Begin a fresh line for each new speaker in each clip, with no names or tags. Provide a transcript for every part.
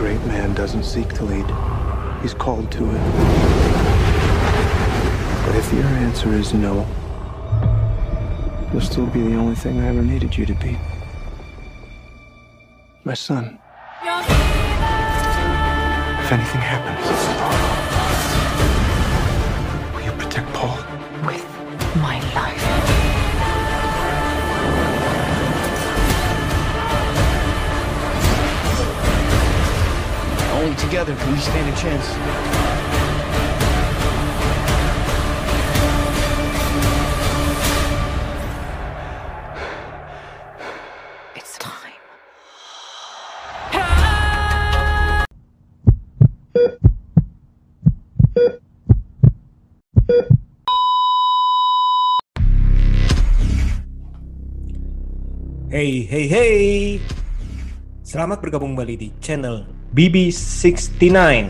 great man doesn't seek to lead. He's called to it. But if your answer is no, you'll still be the only thing I ever needed you to be. My son. If anything happens, will you protect Paul?
With my life.
Only together can we stand a chance.
It's time.
Hey, hey, hey. Selamat bergabung kembali di channel BB69.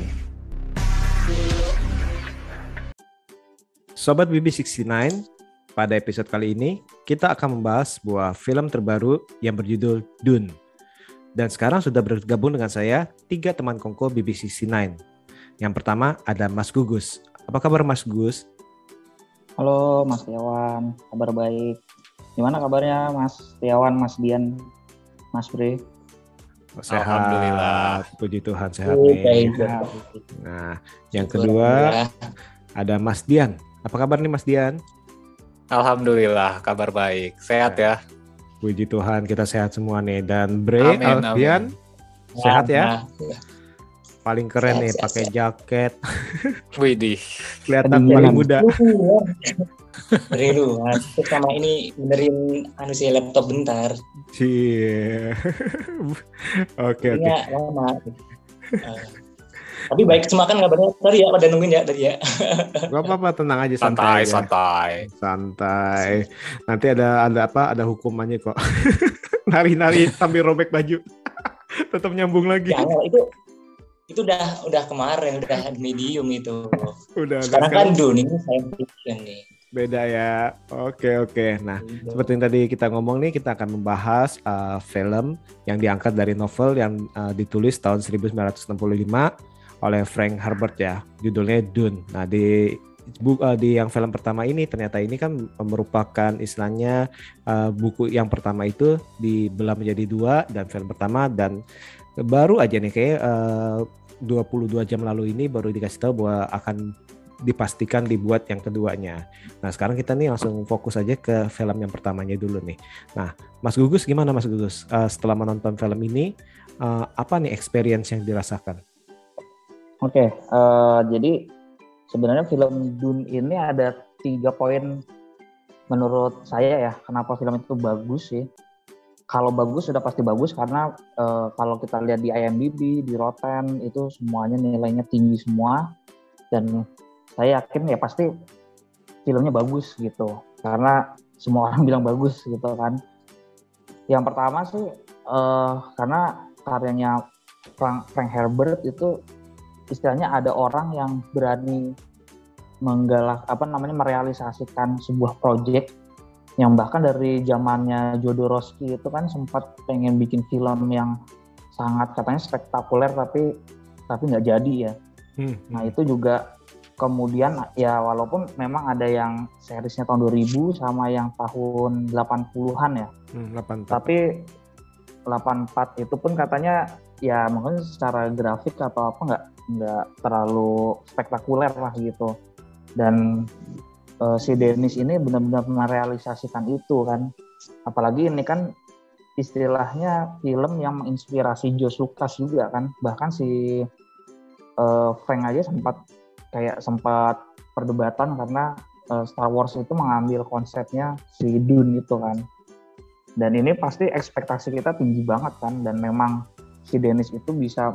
Sobat BB69, pada episode kali ini kita akan membahas sebuah film terbaru yang berjudul Dune. Dan sekarang sudah bergabung dengan saya 3 teman kongko BB69. Yang pertama ada Mas Gugus. Apa kabar Mas Gugus?
Halo Mas Tiawan, kabar baik. Gimana kabarnya Mas Tiawan, Mas Dian, Mas Bre?
Sehat.
Alhamdulillah.
Puji Tuhan sehat nih. Nah, yang kedua ada Mas Dian. Apa kabar nih Mas Dian?
Alhamdulillah, kabar baik. Sehat ya.
Puji Tuhan kita sehat semua nih. Dan Bre, Alfian sehat ya? Paling keren nih pakai jaket.
Widih.
Kelihatan paling muda.
Beri lu, sama ini benerin sih laptop bentar.
Cie. Oke.
Lama. Tapi baik semua kan kabarnya tadi ya, pada nungguin ya tadi ya.
Gak apa-apa, tenang aja,
Santai.
Nanti ada hukumannya kok. Nari-nari sambil robek baju. Tetap nyambung lagi.
Ya, itu udah kemarin, udah medium itu.
Sekarang
kan Dune ini science fiction nih.
Beda ya. Oke. Nah, seperti yang tadi kita ngomong nih, kita akan membahas film yang diangkat dari novel yang ditulis tahun 1965 oleh Frank Herbert ya. Judulnya Dune. Nah, di yang film pertama ini ternyata ini kan merupakan istilahnya buku yang pertama itu dibelah menjadi 2 dan film pertama, dan baru aja nih kayak 22 jam lalu ini baru dikasih tahu bahwa akan dipastikan dibuat yang keduanya. Nah sekarang kita nih langsung fokus aja ke film yang pertamanya dulu nih. Nah Mas Gugus gimana Mas Gugus? Setelah menonton film ini apa nih experience yang dirasakan?
Oke, jadi sebenarnya film Dune ini ada 3 poin menurut saya ya, kenapa film itu bagus sih. Kalau bagus sudah pasti bagus karena kalau kita lihat di IMDb, di Rotten itu semuanya nilainya tinggi semua, dan saya yakin ya pasti filmnya bagus gitu karena semua orang bilang bagus gitu kan. Yang pertama sih karena karyanya Frank Herbert itu istilahnya ada orang yang berani merealisasikan sebuah project yang bahkan dari zamannya Jodorowsky itu kan sempat pengen bikin film yang sangat katanya spektakuler tapi nggak jadi ya. Nah itu juga kemudian ya walaupun memang ada yang seriesnya tahun 2000 sama yang tahun 80-an ya.
84.
Tapi 84 itu pun katanya ya mungkin secara grafik atau apa nggak terlalu spektakuler lah gitu. Dan si Denis ini benar-benar merealisasikan itu kan. Apalagi ini kan istilahnya film yang menginspirasi George Lucas juga kan. Bahkan si Frank aja sempat perdebatan karena Star Wars itu mengambil konsepnya si Dune itu kan. Dan ini pasti ekspektasi kita tinggi banget kan, dan memang si Denis itu bisa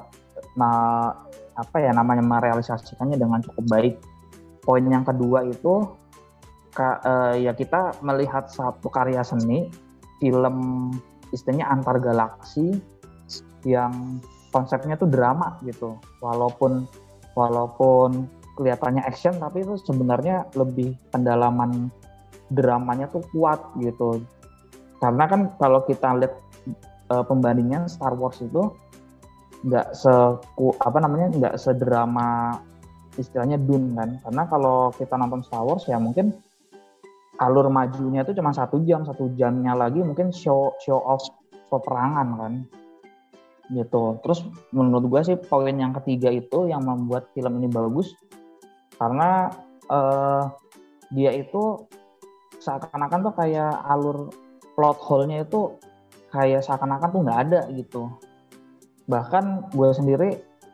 merealisasikannya dengan cukup baik. Poin yang kedua itu ya kita melihat satu karya seni, film istilahnya antar galaksi yang konsepnya tuh drama gitu. Walaupun kelihatannya action tapi itu sebenarnya lebih pendalaman dramanya tuh kuat gitu. Karena kan kalau kita lihat pembandingan Star Wars itu nggak sedrama istilahnya Dune kan. Karena kalau kita nonton Star Wars ya mungkin alur majunya itu cuma 1 jamnya lagi mungkin show off peperangan kan gitu. Terus menurut gue sih poin yang ketiga itu yang membuat film ini bagus karena dia itu seakan-akan tuh kayak alur plot hole-nya itu kayak seakan-akan tuh nggak ada gitu. Bahkan gue sendiri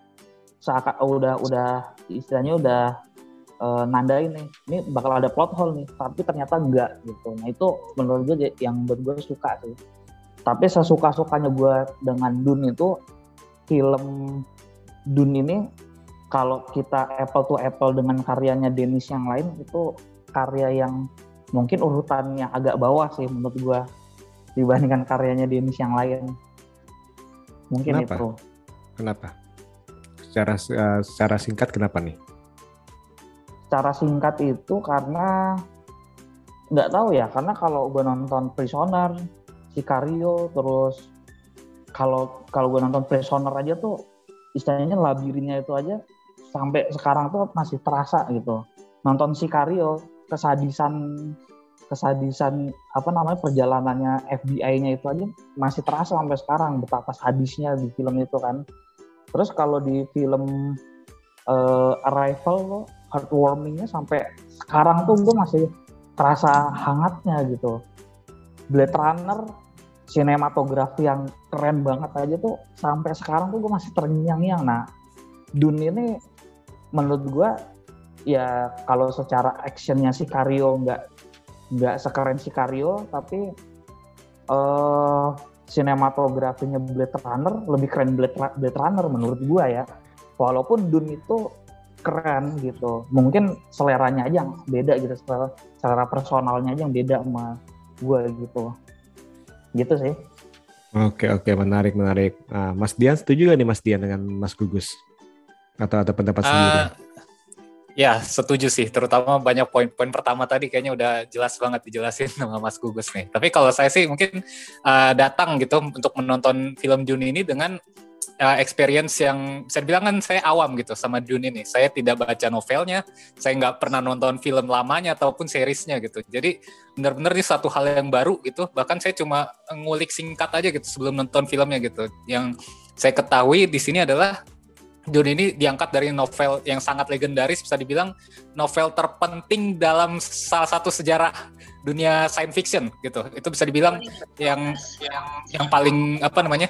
udah istilahnya udah nandain nih, ini bakal ada plot hole nih, tapi ternyata enggak gitu. Nah itu menurut gue yang buat gue suka sih. Tapi sesuka-sukanya gue dengan Dune itu, film Dune ini kalau kita apple to apple dengan karyanya Denis yang lain, itu karya yang mungkin urutannya agak bawah sih menurut gue dibandingkan karyanya Denis yang lain. Mungkin
Kenapa?
itu.
Kenapa? Secara singkat kenapa nih?
Secara singkat itu karena nggak tahu ya, karena kalau gue nonton Prisoner, Sicario, terus kalau gue nonton Prisoner aja tuh istilahnya labirinnya itu aja sampai sekarang tuh masih terasa gitu. Nonton Sicario, kesadisan perjalanannya FBI-nya itu aja masih terasa sampai sekarang betapa sadisnya di film itu kan. Terus kalau di film Arrival tuh heartwarming-nya sampai sekarang tuh gue masih terasa hangatnya gitu. Blade Runner sinematografi yang keren banget aja tuh sampai sekarang tuh gue masih terngiang-ngiang. Nah, Dune ini menurut gue ya kalau secara actionnya Sicario nggak sekeren Sicario, tapi sinematografinya Blade Runner lebih keren Blade Runner menurut gue ya. Walaupun Dune itu keren gitu, mungkin seleranya aja yang beda gitu, secara personalnya aja yang beda sama gue gitu sih.
Oke, menarik. Nah, Mas Dian setuju gak nih Mas Dian dengan Mas Gugus? Atau ada pendapat sendiri?
Ya, setuju sih. Terutama banyak poin-poin pertama tadi kayaknya udah jelas banget dijelasin sama Mas Gugus nih. Tapi kalau saya sih mungkin datang gitu untuk menonton film Dune ini dengan experience yang bisa dibilang kan saya awam gitu sama Dune ini. Saya tidak baca novelnya, saya nggak pernah nonton film lamanya ataupun seriesnya gitu. Jadi benar-benar ini satu hal yang baru gitu. Bahkan saya cuma ngulik singkat aja gitu sebelum nonton filmnya gitu. Yang saya ketahui di sini adalah Dune ini diangkat dari novel yang sangat legendaris, bisa dibilang novel terpenting dalam salah satu sejarah dunia science fiction gitu. Itu bisa dibilang yang paling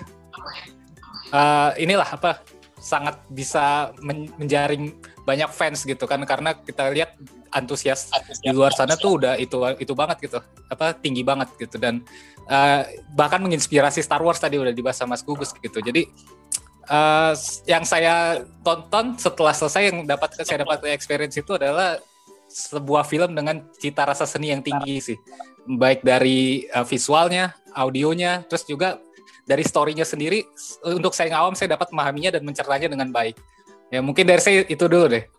sangat bisa menjaring banyak fans gitu kan, karena kita lihat antusias di luar sana tuh udah itu banget gitu, tinggi banget gitu, dan bahkan menginspirasi Star Wars tadi udah dibahas sama Mas Gugus gitu. Jadi yang saya tonton setelah selesai saya dapat experience itu adalah sebuah film dengan cita rasa seni yang tinggi sih, baik dari visualnya, audionya, terus juga dari story-nya sendiri. Untuk saya yang awam, saya dapat memahaminya dan mencernanya dengan baik. Ya mungkin dari saya itu dulu deh.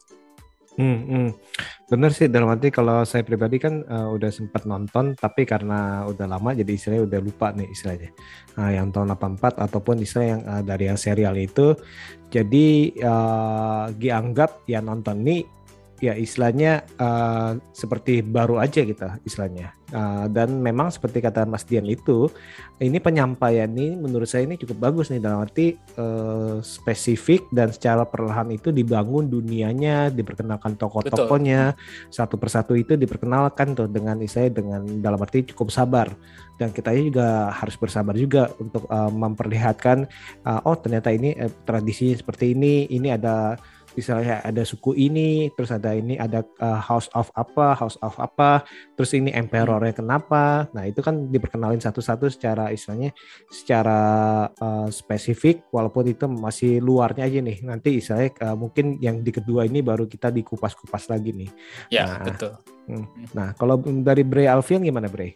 Bener sih, dalam arti kalau saya pribadi kan udah sempat nonton, tapi karena udah lama jadi istilahnya udah lupa nih istilahnya. Yang tahun 84 ataupun istilah yang dari yang serial itu, jadi dianggap ya nonton nih ya istilahnya seperti baru aja gitu istilahnya. Dan memang seperti kata Mas Dian itu, ini penyampaian ini menurut saya ini cukup bagus nih, dalam arti spesifik dan secara perlahan itu dibangun dunianya, diperkenalkan tokoh-tokohnya satu persatu, itu diperkenalkan tuh dengan istilahnya dengan dalam arti cukup sabar, dan kita juga harus bersabar juga untuk memperlihatkan oh ternyata ini tradisi seperti ini ada misalnya ada suku ini, terus ada ini ada house of apa, terus ini emperornya kenapa. Nah itu kan diperkenalin satu-satu secara istilahnya secara spesifik, walaupun itu masih luarnya aja nih. Nanti istilahnya mungkin yang di kedua ini baru kita dikupas-kupas lagi nih.
Ya, betul.
Nah kalau dari Bray Alfian gimana Bray?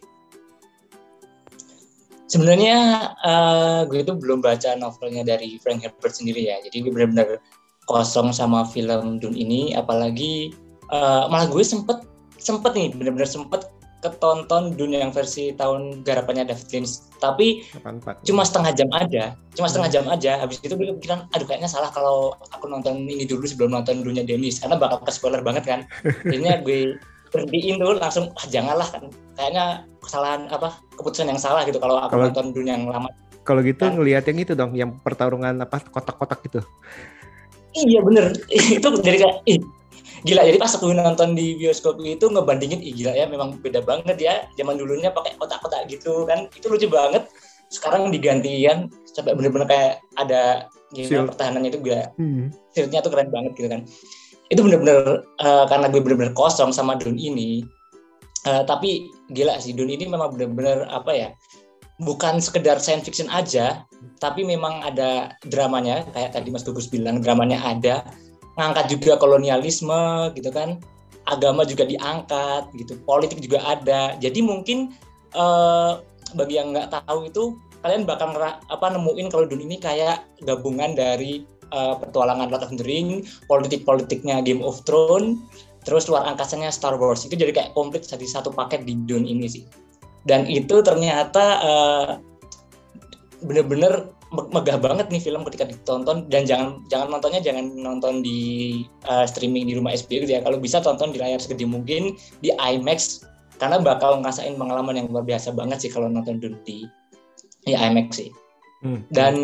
Sebenarnya gue itu belum baca novelnya dari Frank Herbert sendiri ya, jadi gue benar-benar kosong sama film Dune ini. Apalagi malah gue sempet nih benar-benar sempet ketonton Dune yang versi tahun garapannya David Lynch, tapi
84.
cuma setengah jam aja. Habis itu gue kepikiran, aduh kayaknya salah kalau aku nonton ini dulu sebelum nonton Dune-nya Denis, karena bakal ke spoiler banget kan. Jadinya gue berhentiin dulu langsung, janganlah kan, kayaknya kesalahan keputusan yang salah gitu kalau aku nonton Dune yang lama.
Kalau gitu ngelihat yang itu dong, yang pertarungan kotak-kotak gitu.
Iya bener, itu jadi kayak gila. Jadi pas aku nonton di bioskop itu ngebandingin, gila ya, memang beda banget ya. Zaman dulunya pakai kotak-kotak gitu kan, itu lucu banget. Sekarang digantian sampai bener-bener kayak ada gimana pertahanannya itu gila. Shieldnya tuh keren banget gitu kan. Itu bener-bener karena gue bener-bener kosong sama Dune ini. Tapi gila sih, Dune ini memang bener-bener bukan sekedar science fiction aja, tapi memang ada dramanya, kayak tadi Mas Gugus bilang, dramanya ada, ngangkat juga kolonialisme gitu kan, agama juga diangkat gitu, politik juga ada. Jadi mungkin bagi yang nggak tahu itu, kalian bakal nemuin kalau Dune ini kayak gabungan dari petualangan Lord of the Ring, politik-politiknya Game of Thrones, terus luar angkasanya Star Wars. Itu jadi kayak komplit jadi satu paket di Dune ini sih. Dan itu ternyata bener-bener megah banget nih film ketika ditonton. Dan jangan nonton di streaming di rumah SBY gitu ya. Kalau bisa tonton di layar segede mungkin di IMAX, karena bakal ngerasain pengalaman yang luar biasa banget sih kalau nonton di IMAX sih. Dan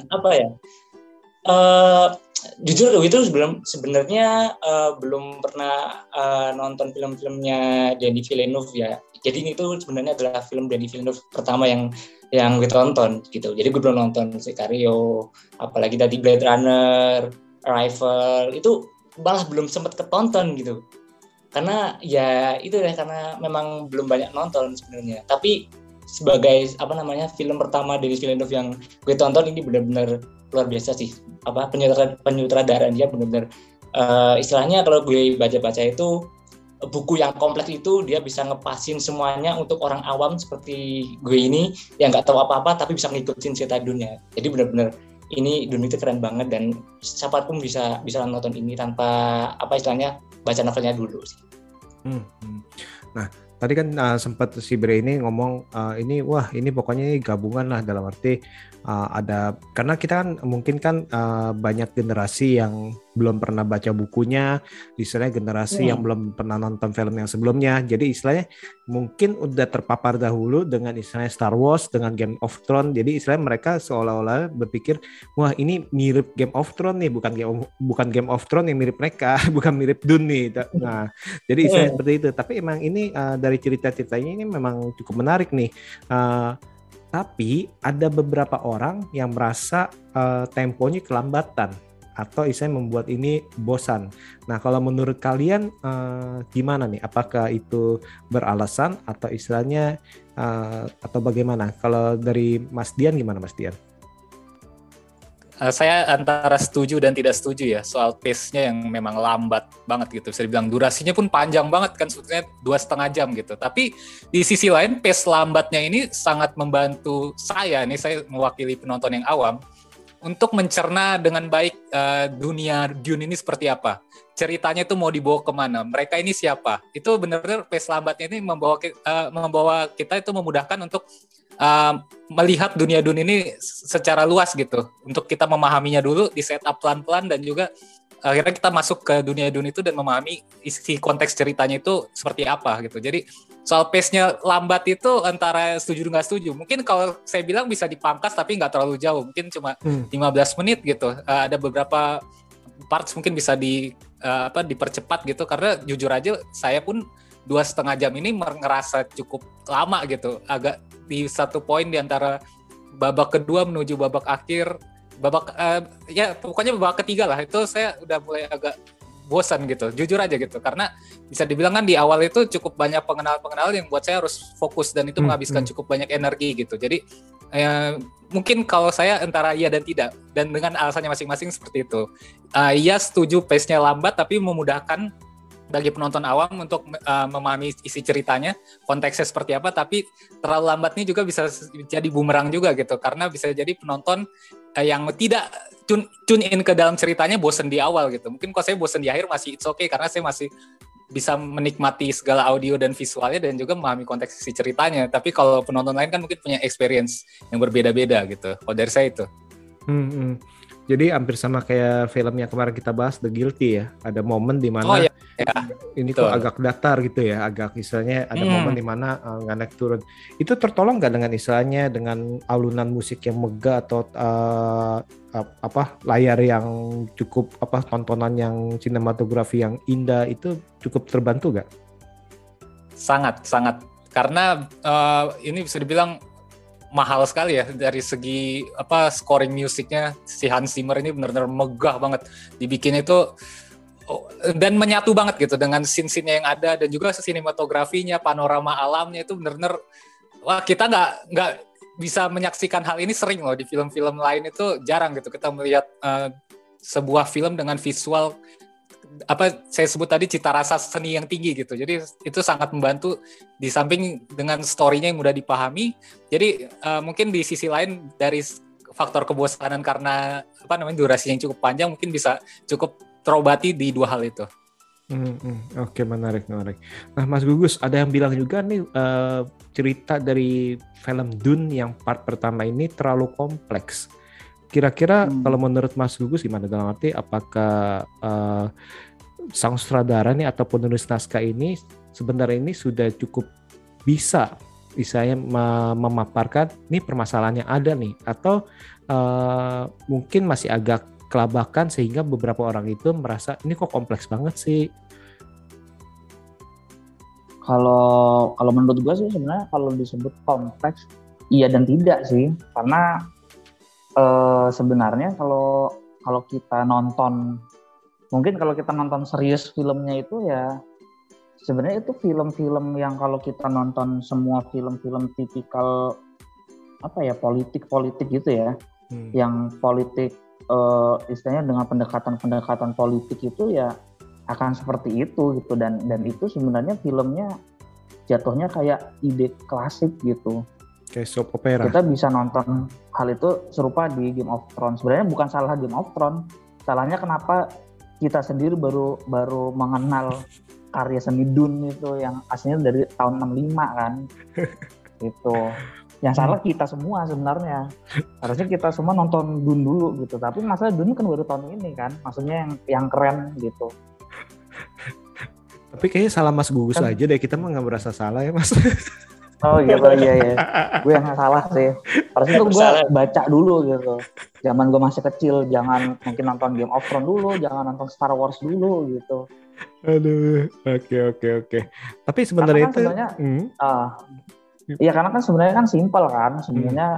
jujur itu sebenarnya belum pernah nonton film-filmnya Denis Villeneuve ya. Jadi ini tuh sebenarnya adalah film Denis Villeneuve pertama yang gue tonton gitu. Jadi gue belum nonton Sicario, apalagi tadi Blade Runner, Arrival, itu malah belum sempat ketonton gitu. Karena ya itu ya, karena memang belum banyak nonton sebenarnya. Tapi sebagai film pertama Denis Villeneuve yang gue tonton, ini benar-benar luar biasa sih. Penyutradaraan dia benar-benar istilahnya kalau gue baca-baca itu, buku yang kompleks itu dia bisa ngepasin semuanya untuk orang awam seperti gue ini yang nggak tahu apa-apa tapi bisa ngikutin cerita Dune. Jadi benar-benar ini Dune itu keren banget, dan siapapun bisa nonton ini tanpa baca novelnya dulu sih.
Nah, tadi kan sempat si Bre ini ngomong ini pokoknya ini gabungan lah, dalam arti ada, karena kita kan mungkin kan banyak generasi yang belum pernah baca bukunya, istilahnya generasi yang belum pernah nonton film yang sebelumnya. Jadi istilahnya mungkin udah terpapar dahulu dengan istilahnya Star Wars, dengan Game of Thrones. Jadi istilahnya mereka seolah-olah berpikir, wah ini mirip Game of Thrones nih, bukan Game of Thrones yang mirip mereka, bukan mirip Dune nih. Nah, jadi istilahnya seperti itu. Tapi emang ini dari cerita-ceritanya ini memang cukup menarik nih. Tapi ada beberapa orang yang merasa temponya kelambatan atau istilahnya membuat ini bosan. Nah, kalau menurut kalian gimana nih? Apakah itu beralasan atau istilahnya atau bagaimana? Kalau dari Mas Dian gimana, Mas Dian?
Saya antara setuju dan tidak setuju ya soal pace-nya yang memang lambat banget gitu. Bisa dibilang durasinya pun panjang banget kan, sebetulnya 2,5 jam gitu. Tapi di sisi lain pace lambatnya ini sangat membantu saya mewakili penonton yang awam untuk mencerna dengan baik dunia Dune ini seperti apa. Ceritanya itu mau dibawa kemana, mereka ini siapa. Itu benar-benar pace lambatnya ini membawa kita itu memudahkan untuk melihat dunia Dune ini secara luas gitu. Untuk kita memahaminya dulu, di setup pelan-pelan, dan juga akhirnya kita masuk ke dunia Dune itu dan memahami isi konteks ceritanya itu seperti apa gitu. Jadi soal pace-nya lambat itu antara setuju nggak setuju. Mungkin kalau saya bilang bisa dipangkas tapi nggak terlalu jauh. Mungkin cuma 15 menit gitu. Ada beberapa parts mungkin bisa dipercepat gitu. Karena jujur aja saya pun 2,5 jam ini ngerasa cukup lama gitu. Agak di satu poin di antara babak kedua menuju babak akhir, pokoknya babak ketiga lah, itu saya udah mulai agak bosan gitu, jujur aja gitu, karena bisa dibilang kan di awal itu cukup banyak pengenal yang buat saya harus fokus, dan itu menghabiskan cukup banyak energi gitu. Jadi mungkin kalau saya antara iya dan tidak, dan dengan alasannya masing-masing seperti itu. Iya setuju pace-nya lambat tapi memudahkan bagi penonton awam untuk memahami isi ceritanya, konteksnya seperti apa, tapi terlalu lambat ini juga bisa jadi bumerang juga gitu, karena bisa jadi penonton yang tidak tune in ke dalam ceritanya bosen di awal gitu. Mungkin kalau saya bosen di akhir masih it's okay, karena saya masih bisa menikmati segala audio dan visualnya dan juga memahami konteks isi ceritanya. Tapi kalau penonton lain kan mungkin punya experience yang berbeda-beda gitu. Kalau dari saya itu.
Jadi hampir sama kayak film yang kemarin kita bahas, The Guilty ya. Ada momen di mana ini
Betul.
tuh agak datar gitu ya, agak istilahnya ada momen di mana nggak naik turun. Itu tertolong nggak dengan istilahnya dengan alunan musik yang megah atau layar yang cukup tontonan yang sinematografi yang indah, itu cukup terbantu nggak?
Sangat. Karena ini bisa dibilang mahal sekali ya dari segi scoring musiknya. Si Hans Zimmer ini benar-benar megah banget dibikin itu dan menyatu banget gitu dengan scene-scene yang ada dan juga sinematografinya, panorama alamnya itu benar-benar kita nggak bisa menyaksikan hal ini sering loh di film-film lain, itu jarang gitu kita melihat sebuah film dengan visual saya sebut tadi cita rasa seni yang tinggi gitu. Jadi itu sangat membantu di samping dengan story-nya yang mudah dipahami. Jadi mungkin di sisi lain dari faktor kebosanan karena durasi yang cukup panjang mungkin bisa cukup terobati di dua hal itu.
Oke, menarik. Nah, Mas Gugus, ada yang bilang juga nih cerita dari film Dune yang part pertama ini terlalu kompleks. Kira-kira kalau menurut Mas Gugus gimana, dalam arti apakah sang sutradara nih atau penulis naskah ini sebenarnya ini sudah cukup bisa memaparkan nih permasalahannya ada nih, atau mungkin masih agak kelabakan sehingga beberapa orang itu merasa ini kok kompleks banget sih?
Kalau menurut gue sih sebenarnya kalau disebut kompleks iya dan tidak sih, karena sebenarnya kalau kita nonton, mungkin kalau kita nonton serius filmnya itu ya sebenarnya itu film-film yang kalau kita nonton semua film-film tipikal politik gitu ya, yang politik istilahnya dengan pendekatan politik itu ya akan seperti itu gitu, dan itu sebenarnya filmnya jatuhnya kayak ide klasik gitu.
Kayak soap opera.
Kita bisa nonton hal itu serupa di Game of Thrones. Sebenarnya bukan salah Game of Thrones, salahnya kenapa kita sendiri baru mengenal karya seni Dune itu yang aslinya dari tahun 65 kan. Gitu. Yang salah kita semua sebenarnya. Harusnya kita semua nonton Dune dulu gitu. Tapi masalah Dune kan baru tahun ini kan. Maksudnya yang keren gitu.
Tapi kayaknya salah Mas Gugus aja deh. Kita mah nggak merasa salah ya, Mas.
Oh gitu, iya. Gue yang salah sih. Harusnya tuh gue baca dulu gitu. Zaman gue masih kecil, jangan mungkin nonton Game of Thrones dulu, jangan nonton Star Wars dulu gitu.
Aduh, oke. Tapi sebenarnya itu,
iya karena kan sebenarnya kan simpel kan, sebenarnya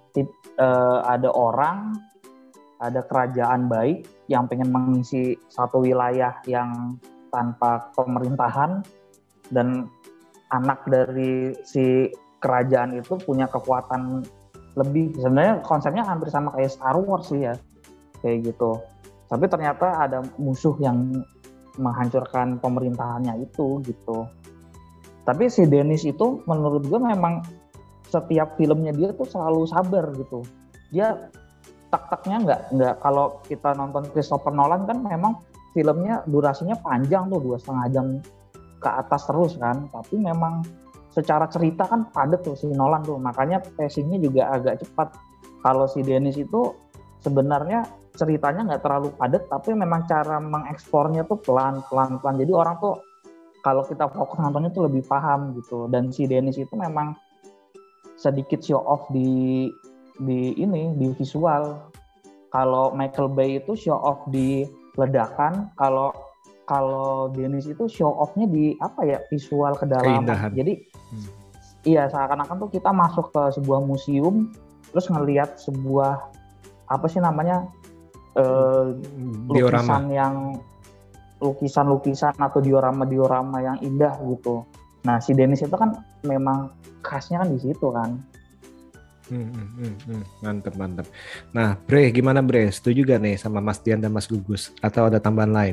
ada kerajaan baik yang pengen mengisi satu wilayah yang tanpa pemerintahan, dan anak dari si kerajaan itu punya kekuatan lebih. Sebenarnya konsepnya hampir sama kayak Star Wars sih ya, kayak gitu. Tapi ternyata ada musuh yang menghancurkan pemerintahannya itu gitu. Tapi si Denis itu menurut gue memang setiap filmnya dia tuh selalu sabar gitu. Dia tak-taknya nggak kalau kita nonton Christopher Nolan kan memang filmnya durasinya panjang tuh 2,5 jam ke atas terus kan, tapi memang secara cerita kan padat tuh si Nolan tuh, makanya pacingnya juga agak cepat. Kalau si Denis itu sebenarnya ceritanya nggak terlalu padat, tapi memang cara mengeksplornya tuh pelan. Jadi orang tuh kalau kita fokus nontonnya tuh lebih paham gitu. Dan si Denis itu memang sedikit show off di visual. Kalau Michael Bay itu show off di ledakan, kalau Denis itu show off-nya di visual kedalaman.
Keindahan.
Jadi iya, seakan-akan tuh kita masuk ke sebuah museum terus ngelihat sebuah lukisan atau diorama yang indah gitu. Nah, si Denis itu kan memang khasnya kan di situ kan.
Mantep. Nah, Bre, gimana Bre? Setuju gak nih sama Mas Dian dan Mas Gugus? Atau ada tambahan lain?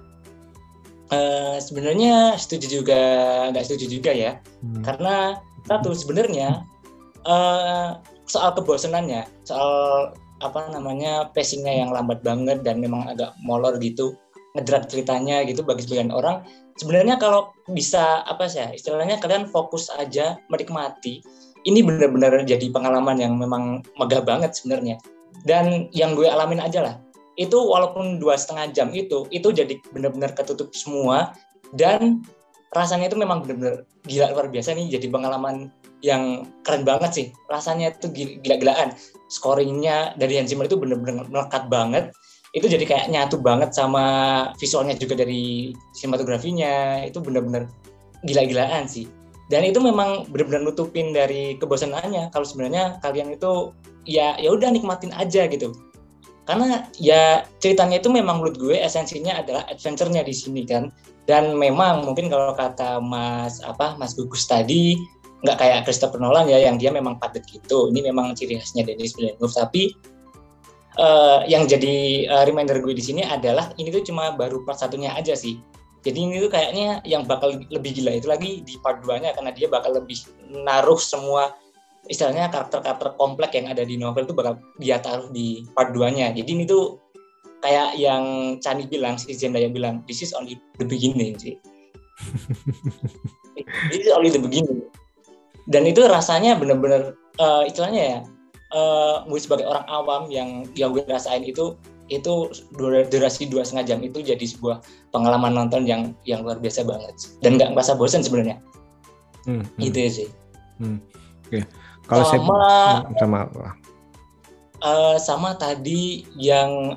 Sebenarnya setuju juga, nggak setuju juga ya. Karena satu sebenarnya soal kebosanannya, soal pacingnya yang lambat banget dan memang agak molor gitu. ngedrat ceritanya gitu bagi sebagian orang. Sebenarnya kalau bisa istilahnya kalian fokus aja menikmati, ini benar-benar jadi pengalaman yang memang megah banget sebenarnya. Dan yang gue alamin aja lah, itu walaupun 2,5 jam itu jadi benar-benar ketutup semua, dan rasanya itu memang benar-benar gila luar biasa nih, jadi pengalaman yang keren banget sih. Rasanya itu gila-gilaan. Scoringnya dari Hans Zimmer itu benar-benar melekat banget. Itu jadi kayak nyatu banget sama visualnya juga dari sinematografinya. Itu benar-benar gila-gilaan sih. Dan itu memang benar-benar nutupin dari kebosanannya. Kalau sebenarnya kalian itu ya udah nikmatin aja gitu. Karena ya ceritanya itu memang menurut gue esensinya adalah adventure-nya di sini kan. Dan memang mungkin kalau kata Mas Gugus tadi, nggak kayak Christopher Nolan ya yang dia memang padat gitu. Ini memang ciri khasnya Denis Villeneuve. Tapi yang jadi reminder gue di sini adalah ini tuh cuma baru part 1-nya aja sih. Jadi ini tuh kayaknya yang bakal lebih gila itu lagi di part 2-nya, karena dia bakal lebih naruh semua istilahnya karakter-karakter kompleks yang ada di novel itu bakal dia taruh di part 2-nya. Jadi ini tuh kayak yang Chani bilang, si Zendaya bilang, this is only the beginning sih. This is only the beginning. Dan itu rasanya benar-benar istilahnya ya, gue sebagai orang awam yang gue rasain itu durasi 2,5 jam itu jadi sebuah pengalaman nonton yang luar biasa banget dan nggak merasa bosan sebenarnya. Itu sih.
Oke. Kalau
sama tadi yang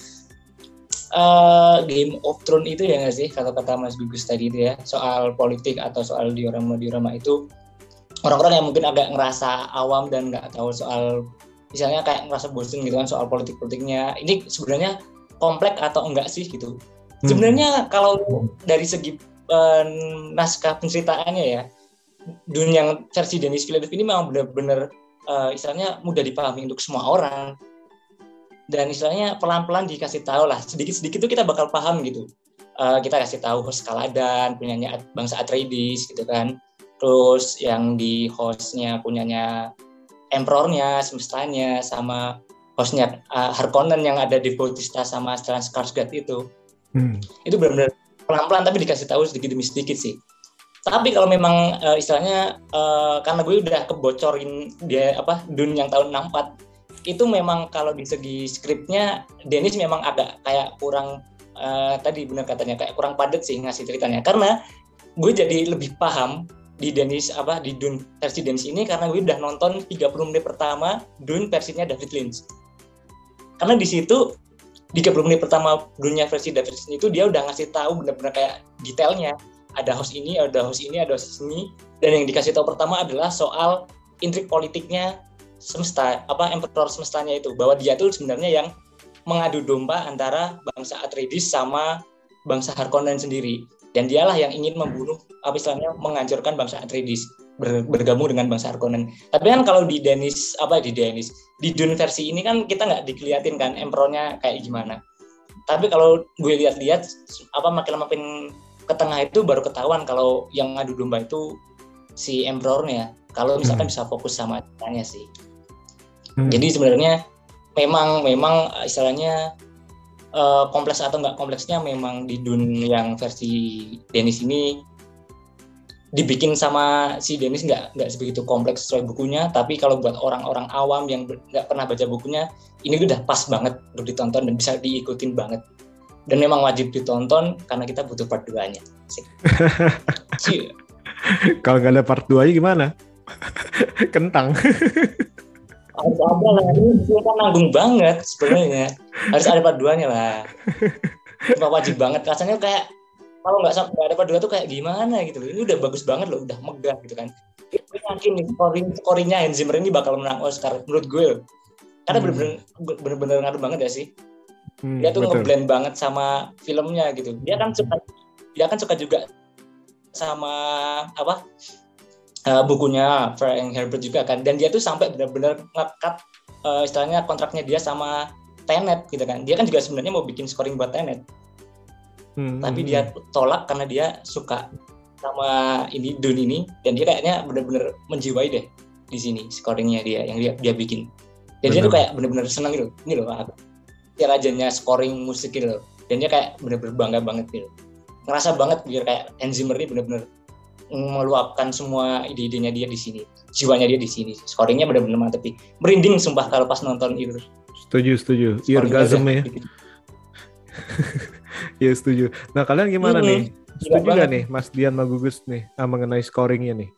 Game of Thrones itu ya nggak sih, kalau kata Mas Gugus tadi itu ya, soal politik atau soal diorama itu orang-orang yang mungkin agak ngerasa awam dan nggak tahu soal, misalnya kayak ngerasa bosan gitu kan soal politik-politiknya, ini sebenarnya kompleks atau enggak sih gitu. Sebenarnya kalau dari segi naskah penceritaannya ya, Dune yang versi Denis Villeneuve ini memang benar-benar istilahnya mudah dipahami untuk semua orang, dan istilahnya pelan-pelan dikasih tahu lah, sedikit-sedikit itu kita bakal paham gitu. Kita kasih tahu host Kaladan punyanya bangsa Atreides gitu kan, terus yang di hostnya punyanya Emperornya, semestanya, sama hostnya Harkonnen yang ada di Bautista sama Stellan Skarsgård itu. Itu benar-benar pelan-pelan tapi dikasih tahu sedikit demi sedikit sih. Tapi kalau memang istilahnya karena gue udah kebocorin dia Dune yang tahun 64, itu memang kalau di segi skripnya Denis memang agak kayak kurang tadi benar katanya kayak kurang padat sih ngasih ceritanya. Karena gue jadi lebih paham di Dune versi Denis ini karena gue udah nonton 30 menit pertama Dune versinya David Lynch. Karena di situ 30 menit pertama Dune versi David Lynch itu dia udah ngasih tahu benar-benar kayak detailnya. Ada host ini, ada host ini, ada host ini, dan yang dikasih tahu pertama adalah soal intrik politiknya semesta, Emperor semestanya itu, bahwa dia tuh sebenarnya yang mengadu domba antara bangsa Atreides sama bangsa Harkonnen sendiri. Dan dialah yang ingin membunuh, menghancurkan bangsa Atreides, bergabung dengan bangsa Harkonnen. Tapi kan kalau di di Dune versi ini kan kita nggak dikeliatin kan Emperornya kayak gimana. Tapi kalau gue lihat-lihat, makin ke tengah itu baru ketahuan kalau yang ngadu domba itu si Emperornya. Kalau misalkan bisa fokus sama ceritanya sih. Jadi sebenarnya memang istilahnya kompleks atau nggak kompleksnya memang di Dune yang versi Denis ini dibikin sama si Denis nggak sebegitu kompleks sesuai bukunya, tapi kalau buat orang-orang awam yang nggak pernah baca bukunya, ini udah pas banget untuk ditonton dan bisa diikutin banget. Dan memang wajib ditonton karena kita butuh part 2-nya.
Kalau nggak ada part 2-nya gimana? Kentang.
Harus ada lah, ini kan nanggung banget sebenarnya. Harus ada part 2-nya lah. Cuma wajib banget. Rasanya kayak kalau nggak ada part 2 tuh kayak gimana gitu. Ini udah bagus banget loh, udah megah gitu kan. Gue yakin nih scoring-nya Hans Zimmer ini bakal menang Oscar menurut gue. Karena bener-bener ngaruh banget ya sih. Dia tuh ngeblend banget sama filmnya gitu. Dia kan suka juga sama bukunya Frank Herbert juga kan, dan dia tuh sampai benar-benar ngekat istilahnya kontraknya dia sama Tenet gitu kan. Dia kan juga sebenarnya mau bikin scoring buat Tenet, tapi dia tolak karena dia suka sama ini Dune ini, dan dia kayaknya benar-benar menjiwai deh di sini scoringnya dia yang dia bikin. Jadi dia tuh kayak benar-benar senang gitu. Ini loh si rajanya scoring musik gitu loh. Dan dia kayak bener-bener bangga banget gitu. Ngerasa banget biar kayak Hans Zimmer ini bener-bener meluapkan semua ide-idenya dia di sini, jiwanya dia di sini. Scoringnya bener-bener mantep. Merinding sumpah kalau pas nonton itu.
Setuju. Eargasm ya. Iya setuju. Nah kalian gimana nih? Setuju gak nih Mas Dian sama Gugus nih mengenai scoringnya nih?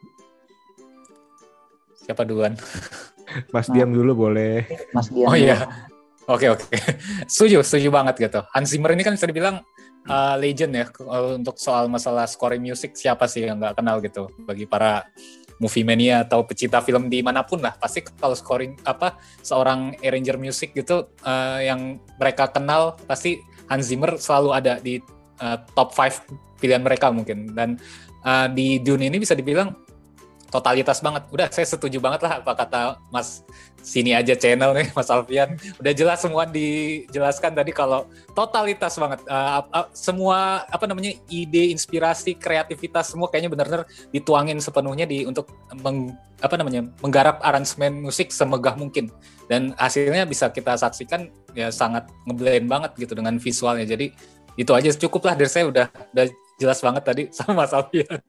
Siapa duluan?
Mas Dian dulu boleh.
Mas Dian.
Oh iya. Oke. Setuju banget gitu. Hans Zimmer ini kan bisa dibilang legend ya untuk soal masalah scoring music. Siapa sih yang nggak kenal gitu bagi para movie mania atau pecinta film dimanapun lah, pasti kalau scoring seorang arranger music gitu yang mereka kenal, pasti Hans Zimmer selalu ada di top 5 pilihan mereka mungkin. Dan di Dune ini bisa dibilang totalitas banget. Udah, saya setuju banget lah apa kata Mas Sini Aja Channel nih, Mas Alfian. Udah jelas semua dijelaskan tadi kalau totalitas banget. Semua ide, inspirasi, kreativitas semua kayaknya benar-benar dituangin sepenuhnya untuk menggarap aransemen musik semegah mungkin. Dan hasilnya bisa kita saksikan ya sangat ngeblend banget gitu dengan visualnya. Jadi itu aja cukup lah dari saya, udah jelas banget tadi sama Mas Alfian.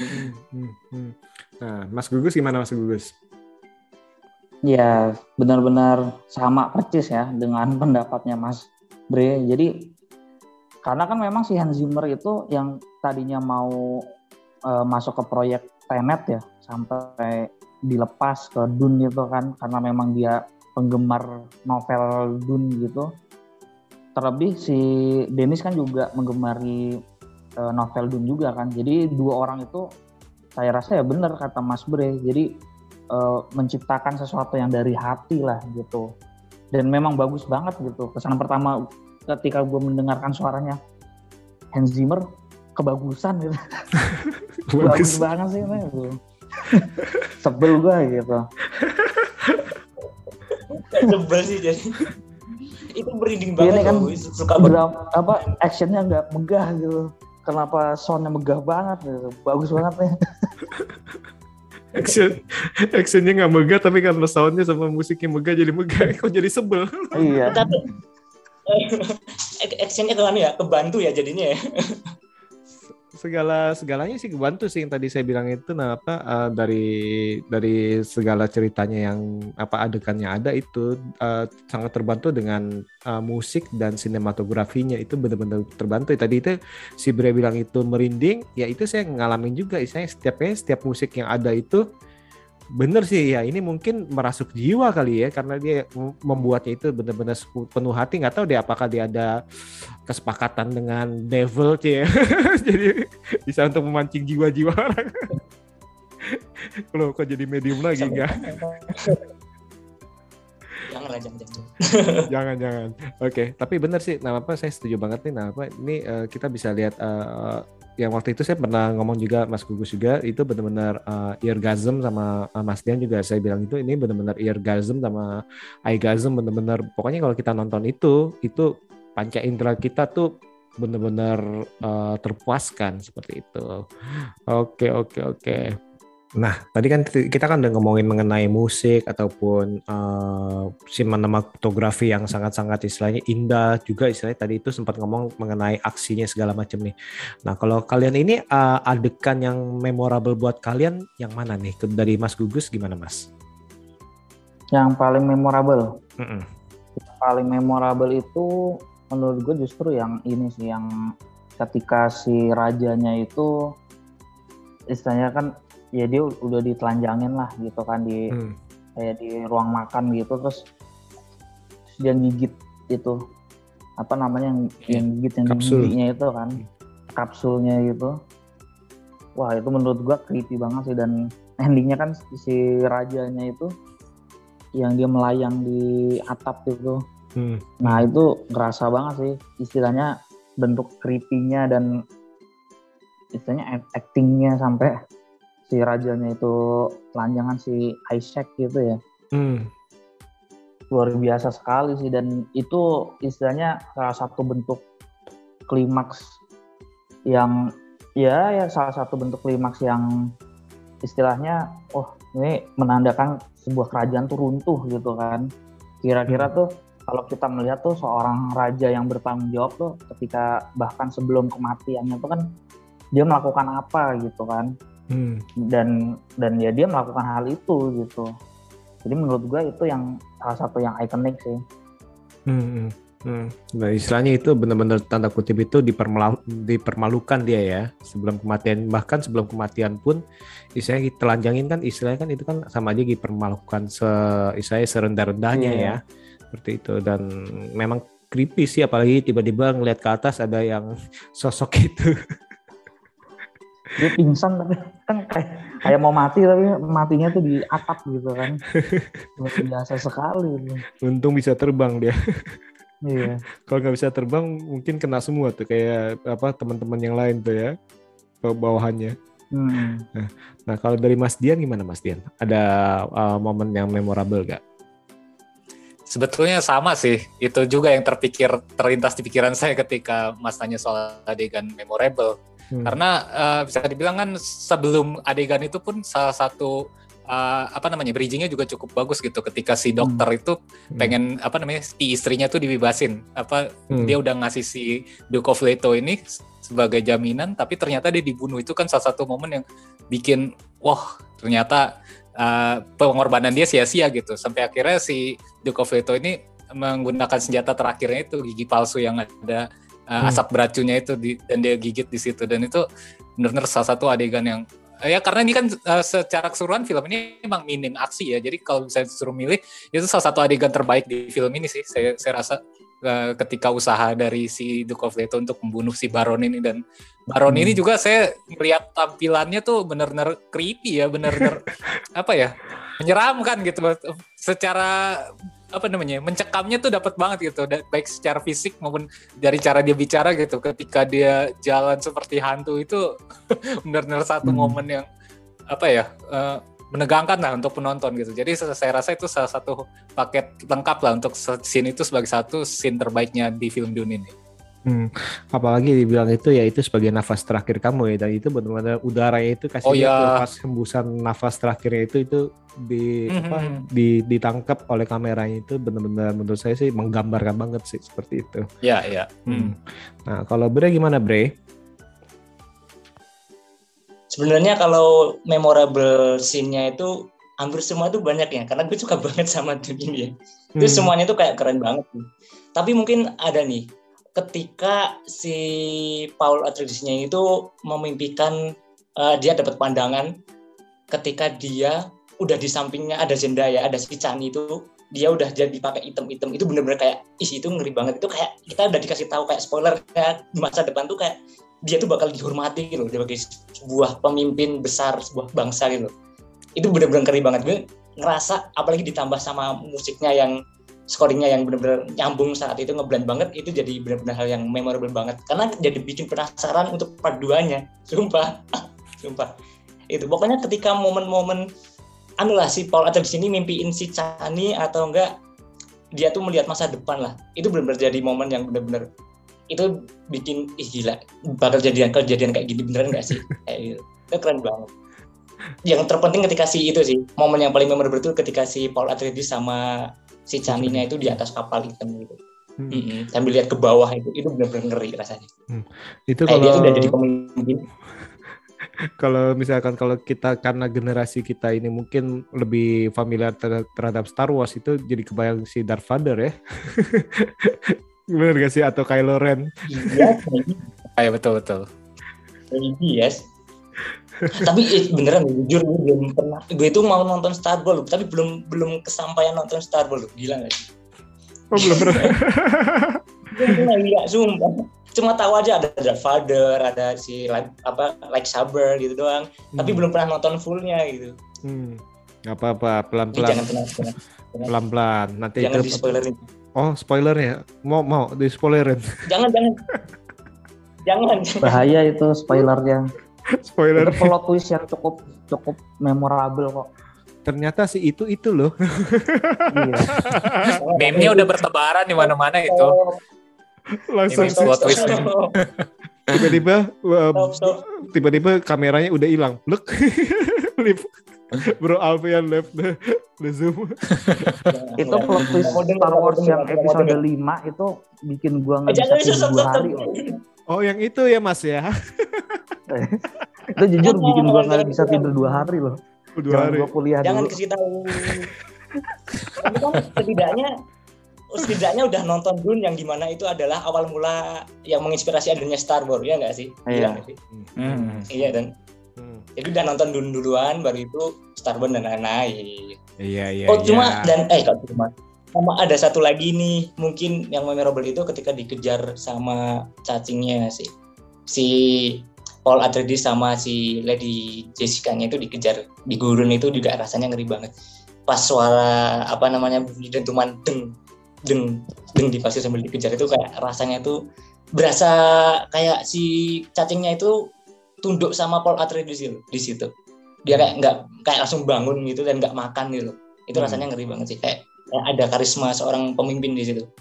Nah, Mas Gugus gimana Mas Gugus?
Ya, benar-benar sama persis ya dengan pendapatnya Mas Bre. Jadi, karena kan memang si Hans Zimmer itu yang tadinya mau masuk ke proyek Tenet ya, sampai dilepas ke Dune gitu kan, karena memang dia penggemar novel Dune gitu. Terlebih si Denis kan juga menggemari novel Dune juga kan. Jadi dua orang itu saya rasa ya benar kata Mas Bre. Jadi menciptakan sesuatu yang dari hati lah gitu. Dan memang bagus banget gitu. Kesan pertama ketika gue mendengarkan suaranya Hans Zimmer, kebagusan gitu. Bagus banget sih gitu. Sebel gue gitu.
Sebel sih jadi. Itu merinding banget.
Ini kan
suka banget.
Actionnya nggak megah gitu. Kenapa soundnya megah banget gitu. Bagus banget ya.
Actionnya nggak megah, tapi karena soundnya sama musiknya megah jadi megah. Kok jadi sebel?
Iya.
Tapi actionnya kebantu ya jadinya ya.
Segalanya sih kebantu sih yang tadi saya bilang itu. Nah dari segala ceritanya yang adegannya ada itu sangat terbantu dengan musik dan sinematografinya, itu benar-benar terbantu. Tadi itu si Bre bilang itu merinding, ya itu saya ngalamin juga. Saya setiap musik yang ada itu bener sih ya, ini mungkin merasuk jiwa kali ya, karena dia membuatnya itu benar-benar penuh hati. Nggak tahu deh apakah dia ada kesepakatan dengan devil ya. Jadi bisa untuk memancing jiwa-jiwa orang. Loh kok jadi medium lagi enggak? Jangan. Oke, tapi benar sih. Saya setuju banget nih. Ini kita bisa lihat yang waktu itu saya pernah ngomong juga, Mas Gugus juga, itu benar-benar eargasm sama Mas Dian juga saya bilang itu ini benar-benar eargasm sama eyegasm, benar-benar pokoknya kalau kita nonton itu panca indera kita tuh benar-benar terpuaskan seperti itu. Oke. Nah, tadi kan kita kan udah ngomongin mengenai musik ataupun sinematografi yang sangat-sangat istilahnya indah juga, istilahnya tadi itu sempat ngomong mengenai aksinya segala macam nih. Nah, kalau kalian ini adegan yang memorable buat kalian yang mana nih? Dari Mas Gugus gimana, Mas?
Yang paling memorable? Yang paling memorable itu menurut gue justru yang ini sih, yang ketika si rajanya itu istilahnya kan ya dia udah ditelanjangin lah gitu kan kayak di ruang makan gitu, terus dia gigit itu yang gigit yang giginya itu kan kapsulnya gitu. Wah itu menurut gua creepy banget sih, dan endingnya kan si rajanya itu yang dia melayang di atap gitu. Nah itu ngerasa banget sih istilahnya bentuk creepy-nya dan istilahnya acting-nya sampai si rajanya itu telanjangan si Isaac gitu ya. Luar biasa sekali sih, dan itu istilahnya salah satu bentuk klimaks yang salah satu bentuk klimaks yang istilahnya ini menandakan sebuah kerajaan tuh runtuh gitu kan. Kira-kira tuh kalau kita melihat tuh seorang raja yang bertanggung jawab tuh ketika bahkan sebelum kematiannya tuh kan dia melakukan apa gitu kan. Dan ya dia melakukan hal itu gitu. Jadi menurut gue itu yang salah satu yang ikonik sih.
Nah, istilahnya itu benar-benar tanda kutip itu dipermalukan dia ya sebelum kematian, bahkan sebelum kematian pun istilahnya telanjangin kan, istilahnya kan itu kan sama aja dipermalukan istilahnya serendah-rendahnya ya seperti itu. Dan memang creepy sih, apalagi tiba-tiba ngelihat ke atas ada yang sosok itu.
Dia pingsan tapi kan kayak mau mati tapi matinya tuh di atap gitu kan. Luar biasa sekali.
Untung bisa terbang dia.
Iya.
Kalau nggak bisa terbang mungkin kena semua tuh kayak teman-teman yang lain tuh ya ke bawahannya. Nah kalau dari Mas Dian gimana Mas Dian? Ada momen yang memorable gak?
Sebetulnya sama sih, itu juga yang terlintas di pikiran saya ketika Mas tanya soal adegan memorable. Karena bisa dibilang kan sebelum adegan itu pun salah satu bridging-nya juga cukup bagus gitu ketika si dokter itu pengen si istrinya tuh dibebasin. Dia udah ngasih si Duke of Leto ini sebagai jaminan, tapi ternyata dia dibunuh. Itu kan salah satu momen yang bikin wah ternyata pengorbanan dia sia-sia gitu. Sampai akhirnya si Duke of Leto ini menggunakan senjata terakhirnya itu gigi palsu yang ada asap beracunnya itu dan dia gigit di situ. Dan itu benar-benar salah satu adegan yang ya karena ini kan secara keseluruhan film ini memang minim aksi ya. Jadi kalau bisa disuruh milih itu salah satu adegan terbaik di film ini sih. Saya rasa ketika usaha dari si Duke of Leto untuk membunuh si Baron ini, dan Baron ini juga saya melihat tampilannya tuh benar-benar creepy ya, benar-benar menyeramkan gitu secara mencekamnya tuh dapat banget gitu, baik secara fisik maupun dari cara dia bicara gitu. Ketika dia jalan seperti hantu itu benar-benar satu momen yang menegangkan lah untuk penonton gitu. Jadi saya rasa itu salah satu paket lengkap lah untuk scene itu sebagai satu scene terbaiknya di film Dune ini.
Apalagi dibilang itu ya itu sebagai nafas terakhir kamu ya, dan itu benar-benar udaranya itu pas hembusan nafas terakhirnya itu ditangkap oleh kameranya, itu benar-benar menurut saya sih menggambarkan banget sih seperti itu.
Iya.
Nah kalau Bre gimana Bre?
Sebenarnya kalau memorable scene-nya itu hampir semua tuh banyak ya, karena gue suka banget sama Dune ini ya. Itu semuanya tuh kayak keren banget. Tapi mungkin ada nih, ketika si Paul Atreides-nya itu memimpikan dia dapat pandangan ketika dia udah di sampingnya ada Zendaya, ada si Chani itu, dia udah jadi pakai item-item, itu bener-bener kayak itu ngeri banget. Itu kayak kita udah dikasih tahu kayak spoiler kayak di masa depan tuh kayak dia tuh bakal dihormati gitu sebagai sebuah pemimpin besar sebuah bangsa gitu. Itu bener-bener ngeri banget. Gue ngerasa apalagi ditambah sama musiknya yang scoringnya yang benar-benar nyambung saat itu, ngeblend banget, itu jadi benar-benar hal yang memorable banget karena jadi bikin penasaran untuk part 2-nya. Sumpah itu pokoknya ketika momen-momen si Paul Atreides ini mimpiin si Chani atau enggak dia tuh melihat masa depan lah, itu benar-benar jadi momen yang benar-benar itu bikin gila, bakal kejadian kayak gini beneran nggak sih, kayak gitu. Itu keren banget. Yang terpenting ketika itu sih momen yang paling memorable itu ketika si Paul Atreides sama si Chani-nya itu di atas kapal hitam gitu. Sambil lihat ke bawah itu benar-benar ngeri rasanya.
Itu kalau
dia udah jadi pemimpin.
Kalau misalkan kalau kita karena generasi kita ini mungkin lebih familiar terhadap Star Wars, itu jadi kebayang si Darth Vader ya. Bener gak sih, atau Kylo Ren?
Iya,
betul.
Yes. Tapi beneran jujur gue belum pernah, gue itu mau nonton Star Wars tapi belum kesampaian nonton Star Wars, gila nggak sih?
Oh belum pernah.
Gila, sumpah. Cuma tahu aja ada Darth Vader, ada si lightsaber gitu doang, tapi belum pernah nonton fullnya gitu.
Nggak apa-apa, pelan-pelan. Pelan-pelan. Nanti
jangan di spoilerin.
Oh spoilernya, mau di spoilerin? Jangan.
Bahaya itu spoilernya.
Spoiler.
Itu plot twist yang cukup memorable kok.
Ternyata sih itu loh.
Iya.
Meme-nya udah bertebaran di mana-mana itu.
Langsung plot twist. Tiba-tiba kameranya udah hilang. Look. Bro Alfian left the Zoom.
Itu plot twist Star Wars yang episode 5 itu bikin gua nggak bisa tidur 2 hari.
Oh yang itu ya Mas ya?
Itu jujur bikin gua nggak bisa tidur 2 hari loh.
2 hari.
Gua kuliah
Jangan
dulu.
kasih tahu. Tapi kan setidaknya udah nonton Dune yang dimana itu adalah awal mula yang menginspirasi adanya Star Wars, ya nggak sih?
Iya.
Nggak sih? Iya dan jadi udah nonton Dune duluan, baru itu Star Wars dan lain-lain.
Iya.
Oh cuma dan cuma sama ada satu lagi nih mungkin yang memorable itu ketika dikejar sama cacingnya si Paul Atreides sama si Lady Jessica-nya itu dikejar di gurun, itu juga rasanya ngeri banget. Pas suara bunyi dentuman deng di pasir sambil dikejar itu kayak rasanya itu berasa kayak si cacingnya itu tunduk sama Paul Atreides di situ. Dia kayak langsung bangun gitu dan nggak makan gitu. Itu rasanya ngeri banget sih, kayak ada karisma seorang pemimpin di situ.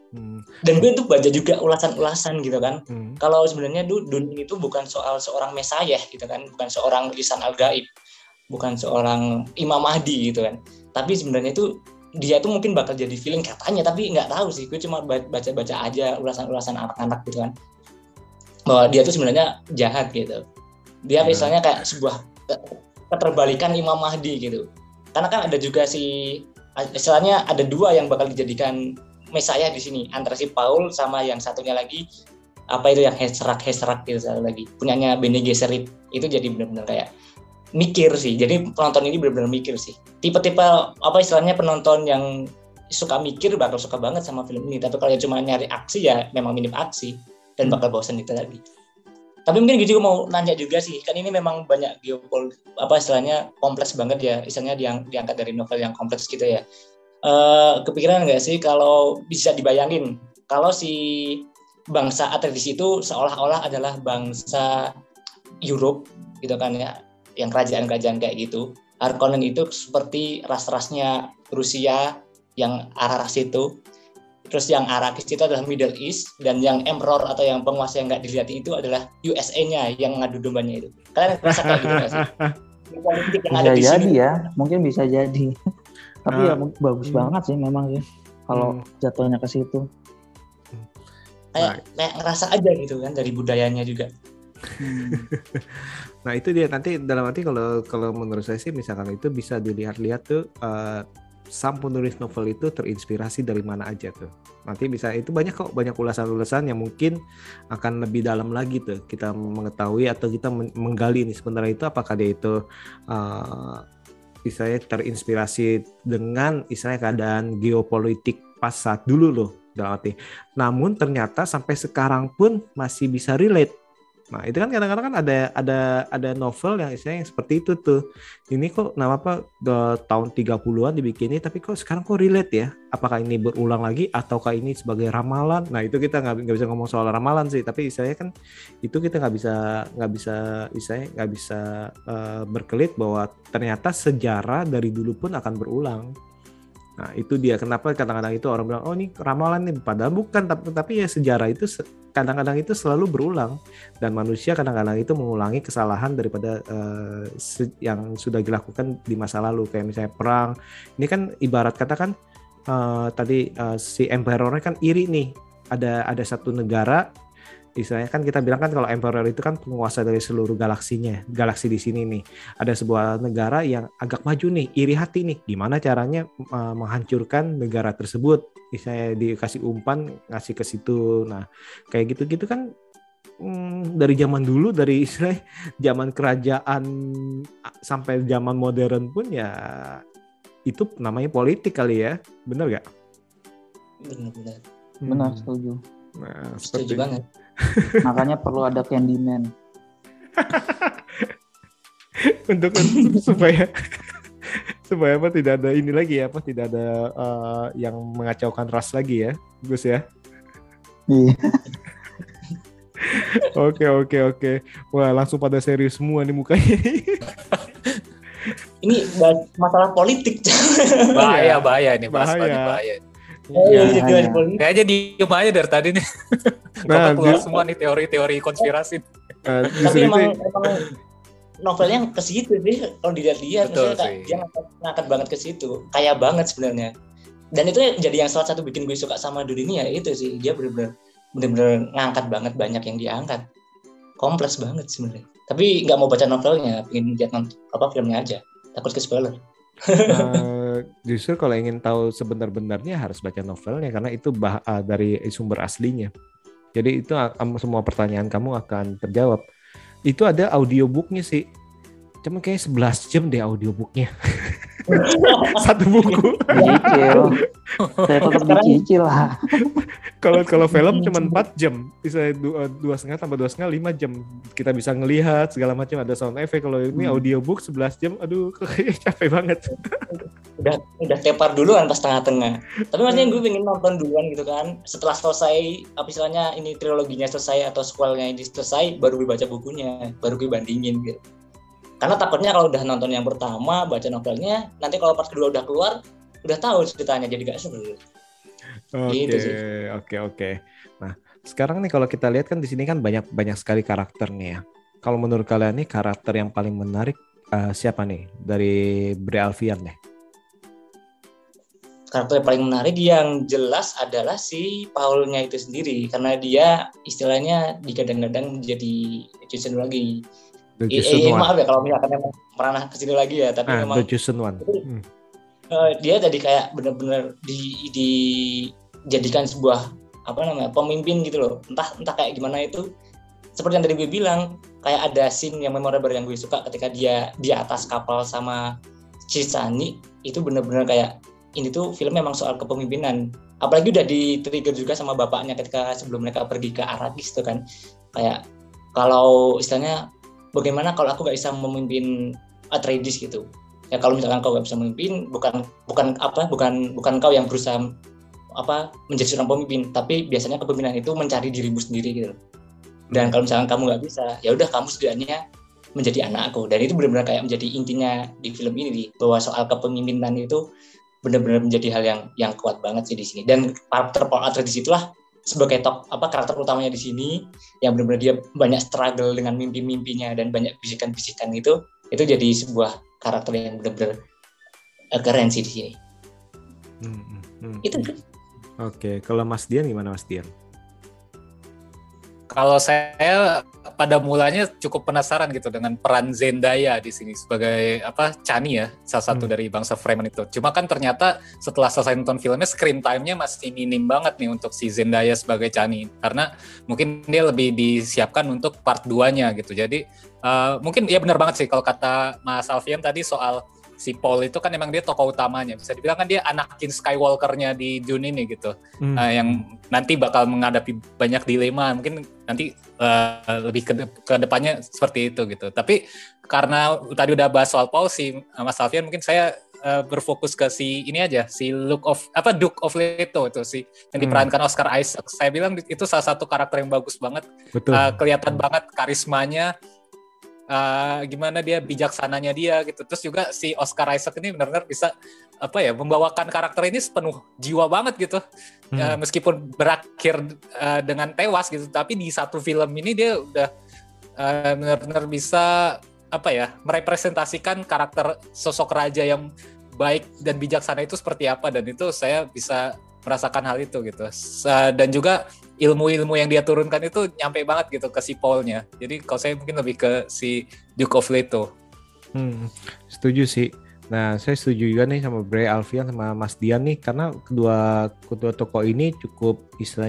Dan gue tuh baca juga ulasan-ulasan gitu kan. Kalau sebenarnya Dune itu bukan soal seorang mesayah gitu kan, bukan seorang lisan al-gaib, bukan seorang Imam Mahdi gitu kan. Tapi sebenarnya itu dia tuh mungkin bakal jadi villain katanya, tapi nggak tahu sih. Gue cuma baca aja ulasan-ulasan anak-anak gitu kan, bahwa dia tuh sebenarnya jahat gitu. Dia misalnya kayak sebuah keterbalikan Imam Mahdi gitu. Karena kan ada juga istilahnya ada 2 yang bakal dijadikan mesayah di sini, antara si Paul sama yang satunya lagi yang Hezrak gitu satu lagi punyanya Bene Gesserit. Itu jadi benar-benar kayak mikir sih. Jadi penonton ini benar-benar mikir sih. Tipe-tipe istilahnya penonton yang suka mikir bakal suka banget sama film ini. Tapi kalau cuma nyari aksi ya memang minim aksi dan bakal bosan itu tadi. Tapi mungkin gue juga mau nanya juga sih, kan ini memang banyak istilahnya kompleks banget ya, istilahnya diangkat dari novel yang kompleks gitu ya. Kepikiran nggak sih kalau bisa dibayangin kalau si bangsa Atreides itu seolah-olah adalah bangsa Europe gitu kan ya, yang kerajaan-kerajaan kayak gitu. Harkonnen itu seperti ras-rasnya Rusia yang arah ras itu. Terus yang Arrakis itu adalah Middle East, dan yang Emperor atau yang penguasa yang nggak dilihat itu adalah USA-nya yang ngadu dombanya itu. Kalian ngerasa kayak gitu nggak sih? Politik yang ada di
Bisa jadi
sini.
ya, mungkin bisa jadi. Tapi ya bagus banget sih memang ya kalau jatuhnya ke situ.
Kayak ngerasa aja gitu kan dari budayanya juga.
Nah itu dia, nanti dalam arti kalau menurut saya sih misalkan itu bisa dilihat-lihat tuh sang penulis novel itu terinspirasi dari mana aja tuh. Nanti bisa, itu banyak ulasan-ulasan yang mungkin akan lebih dalam lagi tuh kita mengetahui atau kita menggali nih sebenarnya itu apakah dia itu istilahnya terinspirasi dengan istilahnya keadaan geopolitik pas saat dulu loh dalam arti. Namun ternyata sampai sekarang pun masih bisa relate. Nah itu kan kadang-kadang kan ada novel yang istilahnya yang seperti itu tuh. Ini kok tahun 30-an dibikinnya, tapi kok sekarang kok relate ya? Apakah ini berulang lagi ataukah ini sebagai ramalan? Nah itu kita nggak bisa ngomong soal ramalan sih, tapi istilahnya kan itu kita nggak bisa berkelit bahwa ternyata sejarah dari dulu pun akan berulang. Nah itu dia kenapa kadang-kadang itu orang bilang oh ini ramalan nih, padahal bukan, tapi ya sejarah itu kadang-kadang itu selalu berulang, dan manusia kadang-kadang itu mengulangi kesalahan daripada yang sudah dilakukan di masa lalu, kayak misalnya perang. Ini kan ibarat katakan si emperornya kan iri nih, ada satu negara. Istilahnya kan kita bilang kan kalau emperor itu kan penguasa dari seluruh galaksi di sini nih. Ada sebuah negara yang agak maju nih, iri hati nih. Gimana caranya menghancurkan negara tersebut? Misalnya dikasih umpan, ngasih ke situ. Nah, kayak gitu-gitu kan dari zaman dulu, dari istilah zaman kerajaan sampai zaman modern pun ya itu namanya politik kali ya. Benar gak?
Benar-benar.
Benar, setuju.
Nah,
Setuju banget.
Makanya perlu ada Candyman.
untuk supaya apa tidak ada ini lagi ya, tidak ada yang mengacaukan ras lagi ya, Gus ya.
Iya.
Oke. Wah, langsung pada serius semua nih mukanya.
Ini masalah politik.
Bahaya nih, bahaya.
Kayak
aja diem aja dari tadi nih. Keluar semua nih teori-teori konspirasi.
Tapi emang novelnya ke situ sih kalau dilihat-lihat,
Betul
maksudnya
sih.
dia ngangkat banget ke situ, kaya banget sebenarnya. Dan itu jadi yang salah satu bikin gue suka sama Dunia itu sih, dia bener-bener ngangkat banget, banyak yang diangkat, kompleks banget sebenarnya. Tapi nggak mau baca novelnya, pengen lihat filmnya aja, takut ke spoiler.
Justru kalau ingin tahu sebenar-benarnya harus baca novelnya karena itu dari sumber aslinya. Jadi itu semua pertanyaan kamu akan terjawab. Itu ada audiobooknya sih. Cuma kayak 11 jam deh audiobooknya. Satu buku.
Dicicil. Saya tetap dicicil lah.
Kalau film cuma 4 jam, bisa 2,5 tambah 2,5 5 jam. Kita bisa ngelihat segala macam, ada sound effect. Kalau ini audiobook 11 jam, aduh kayaknya capek banget.
udah tepar duluan pas tengah-tengah. Tapi maksudnya gue pengen nonton duluan gitu kan. Setelah selesai, istilahnya ini triloginya selesai atau sequelnya ini selesai, baru gue baca bukunya, baru gue bandingin gitu. Karena takutnya kalau udah nonton yang pertama, baca novelnya, nanti kalau part kedua udah keluar, udah tahu ceritanya, jadi gak seru.
Oke. Nah, sekarang nih kalau kita lihat kan di sini kan banyak sekali karakter nih ya. Kalau menurut kalian nih karakter yang paling menarik siapa nih dari Bray Alfian nih?
Karakter yang paling menarik yang jelas adalah si Paulnya itu sendiri, karena dia istilahnya digadang-gadang menjadi Chosen lagi. Maaf ya kalau misalkan memang pernah kesini lagi ya, tapi memang
The Chosen One.
Dia jadi kayak benar-benar dijadikan sebuah pemimpin gitu loh. Entah kayak gimana itu. Seperti yang tadi gue bilang, kayak ada scene yang memorable yang gue suka ketika dia di atas kapal sama Chizani, itu benar-benar kayak ini tuh film memang soal kepemimpinan. Apalagi udah di-trigger juga sama bapaknya ketika sebelum mereka pergi ke Arrakis tuh kan. Kayak kalau istilahnya bagaimana kalau aku gak bisa memimpin Atreides gitu. Ya kalau misalkan kau gak bisa memimpin, bukan kau yang berusaha menjadi seorang pemimpin, tapi biasanya kepemimpinan itu mencari dirimu sendiri gitu. Dan kalau misalkan kamu gak bisa, ya udah kamu setidaknya menjadi anakku. Dan itu benar-benar kayak menjadi intinya di film ini, bahwa soal kepemimpinan itu benar-benar menjadi hal yang kuat banget sih di sini. Dan karakter Paul Atreides itulah sebagai karakter utamanya di sini, yang benar-benar dia banyak struggle dengan mimpi-mimpinya dan banyak bisikan-bisikan itu jadi sebuah karakter yang benar-benar keren sih di sini. Itu.
Oke, kalau Mas Dian gimana Mas Dian?
Kalau saya pada mulanya cukup penasaran gitu dengan peran Zendaya di sini sebagai Chani ya, salah satu dari bangsa Fremen itu. Cuma kan ternyata setelah selesai nonton filmnya, screen time-nya masih minim banget nih untuk si Zendaya sebagai Chani, karena mungkin dia lebih disiapkan untuk part 2-nya gitu. Jadi mungkin ya benar banget sih kalau kata Mas Alfian tadi soal si Paul itu kan emang dia tokoh utamanya, bisa dibilang kan dia Anakin Skywalker-nya di Dune ini gitu, yang nanti bakal menghadapi banyak dilema, mungkin nanti lebih ke depannya seperti itu gitu. Tapi karena tadi udah bahas soal Paul si Mas Alfian, mungkin saya berfokus ke si ini aja, si Duke of Leto itu sih yang diperankan Oscar Isaac. Saya bilang itu salah satu karakter yang bagus banget.
Betul.
Kelihatan banget karismanya. Gimana dia bijaksananya dia gitu. Terus juga si Oscar Isaac ini benar-benar bisa membawakan karakter ini sepenuh jiwa banget gitu. Meskipun berakhir dengan tewas gitu, tapi di satu film ini dia udah benar-benar bisa merepresentasikan karakter sosok raja yang baik dan bijaksana itu seperti apa, dan itu saya bisa merasakan hal itu gitu. Dan juga ilmu-ilmu yang dia turunkan itu nyampe banget gitu ke si Paul-nya. Jadi kalau saya mungkin lebih ke si Duke of Leto.
Setuju sih. Nah, saya setuju juga nih sama Bray Alfian sama Mas Dian nih, karena kedua tokoh ini cukup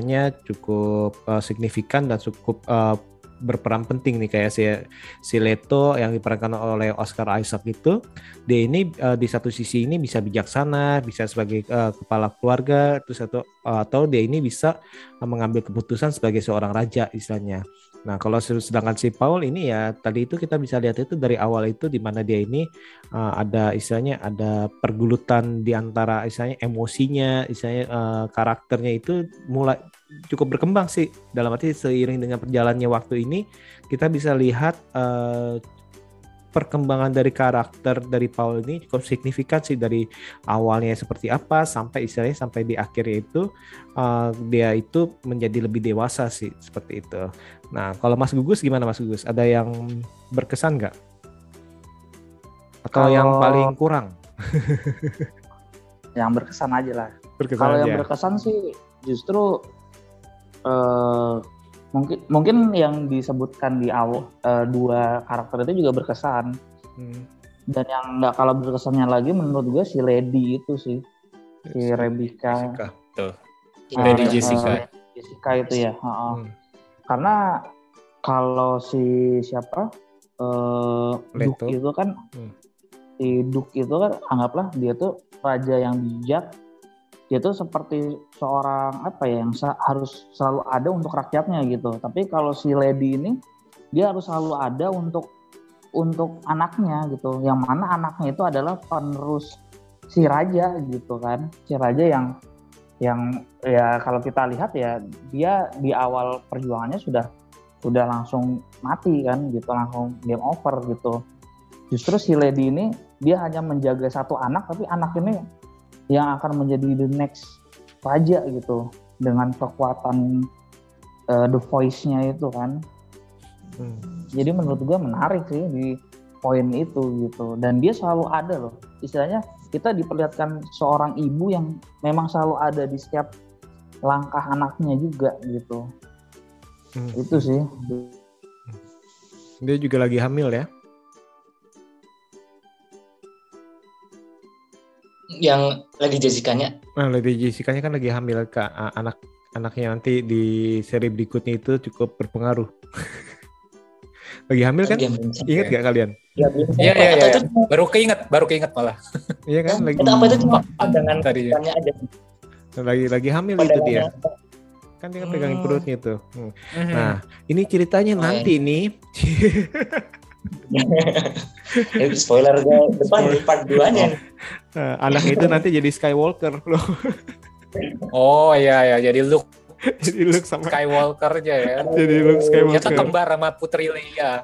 signifikan dan cukup berperan penting nih, kayak si Leto yang diperankan oleh Oscar Isaac itu, dia ini di satu sisi ini bisa bijaksana, bisa sebagai kepala keluarga, terus atau dia ini bisa mengambil keputusan sebagai seorang raja istilahnya. Nah, kalau sedangkan si Paul ini ya tadi itu kita bisa lihat itu dari awal itu di mana dia ini ada pergulutan di antara istilahnya emosinya, istilahnya karakternya itu mulai cukup berkembang sih, dalam arti seiring dengan perjalannya waktu ini kita bisa lihat perkembangan dari karakter dari Paul ini cukup signifikan sih, dari awalnya seperti apa sampai di akhirnya itu dia itu menjadi lebih dewasa sih, seperti itu. Nah, kalau Mas Gugus gimana Mas Gugus? Ada yang berkesan nggak? Atau yang paling kurang?
Yang berkesan aja lah.
Berkesan
Kalau
aja.
yang berkesan sih justru mungkin yang disebutkan di awal dua karakter itu juga berkesan. Dan yang nggak kalah berkesannya lagi menurut gue si Lady itu sih, si Rebecca.
Tuh.
Lady
Jessica.
Jessica itu ya. Karena kalau si siapa Duke itu kan, si Duke itu kan anggaplah dia tuh raja yang bijak. Dia tuh seperti seorang yang harus selalu ada untuk rakyatnya gitu. Tapi kalau si Lady ini dia harus selalu ada untuk anaknya gitu. Yang mana anaknya itu adalah penerus si raja gitu kan. Si raja yang ya kalau kita lihat ya dia di awal perjuangannya sudah langsung mati kan gitu, langsung game over gitu. Justru si Lady ini dia hanya menjaga satu anak, tapi anak ini yang akan menjadi the next raja gitu dengan kekuatan The Voice-nya itu kan. Jadi menurut gue menarik sih di poin itu gitu. Dan dia selalu ada loh. Istilahnya kita diperlihatkan seorang ibu yang memang selalu ada di setiap langkah anaknya juga gitu. Itu sih.
Dia juga lagi hamil ya?
Yang Lady Jessica-nya.
Nah, Lady Jessica-nya kan lagi hamil, Kak. Anaknya nanti di seri berikutnya itu cukup berpengaruh. Lagi hamil kan? Ingat gak kalian?
Iya. Baru keinget malah.
Iya kan? Lagi
Itu apa itu cuma pandangan
tadinya
aja.
lagi hamil itu dia. Kan dia pegangin perutnya tuh. Nah, ini ceritanya nanti nih.
Spoiler depan di part 2-nya.
Anak itu nanti jadi Skywalker loh.
Oh iya, jadi Luke
Jadi Luke sama
Skywalker aja ya.
Jadi Luke Skywalker.
Ternyata kembar sama Putri Leia.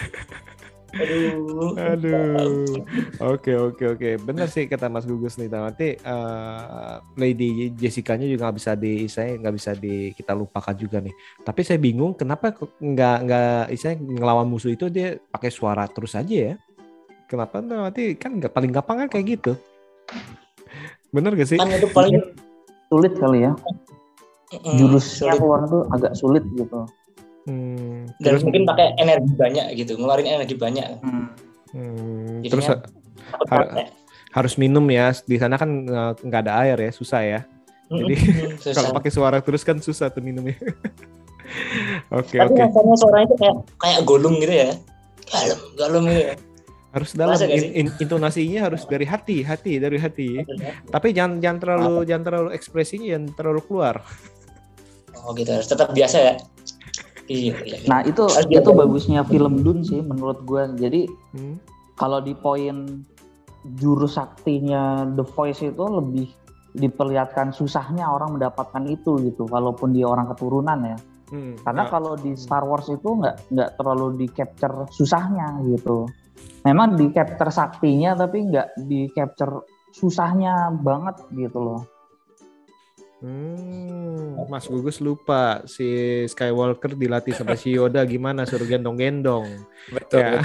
Aduh. Oke. Benar sih kata Mas Gugus nih. Nanti Lady Jessica-nya juga nggak bisa kita lupakan juga nih. Tapi saya bingung kenapa nggak ngelawan musuh itu dia pakai suara terus aja ya? Kenapa nanti kan paling gampang kan kayak gitu? Bener gak sih?
Kan itu paling
Sulit kali ya. Jurusnya keluar tuh agak sulit gitu.
Dan mungkin pakai energi banyak gitu, ngeluarin energi banyak.
Terus harus minum ya. Di sana kan nggak ada air ya, susah ya. Jadi kalau pakai suara terus kan susah tuh minumnya. Oke.
Rasanya suaranya itu kayak Gollum gitu ya. Gollum gitu ya.
Harus dalam intonasinya harus dari hati. Tapi jangan terlalu ekspresinya jangan terlalu keluar.
Oh gitu, harus tetap biasa ya. Iya.
Nah itu bagusnya film Dune sih menurut gue. Jadi kalau di poin jurus saktinya The Voice itu lebih diperlihatkan susahnya orang mendapatkan itu gitu. Walaupun dia orang keturunan ya. Karena kalau di Star Wars itu nggak terlalu di capture susahnya gitu. Memang di capture saktinya tapi nggak di capture susahnya banget gitu loh.
Mas Gugus lupa si Skywalker dilatih sama si Yoda gimana suruh gendong-gendong.
Betul.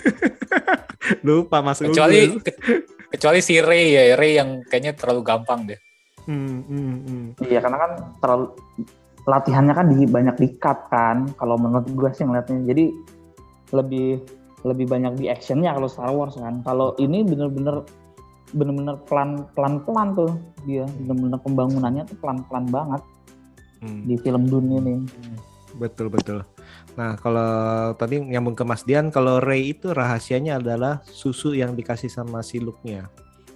Lupa Mas Gugus.
Kecuali si Rey yang kayaknya terlalu gampang deh.
Iya karena kan terlalu latihannya kan banyak di-cut kan. Kalau menurut gue sih ngeliatnya. Jadi lebih banyak di actionnya kalau Star Wars kan. Kalau ini bener-bener pelan-pelan tuh dia. Bener-bener pembangunannya tuh pelan-pelan banget di film Dune ini.
Betul. Nah kalau tadi nyambung ke Mas Dian, kalau Rey itu rahasianya adalah susu yang dikasih sama si Luke-nya.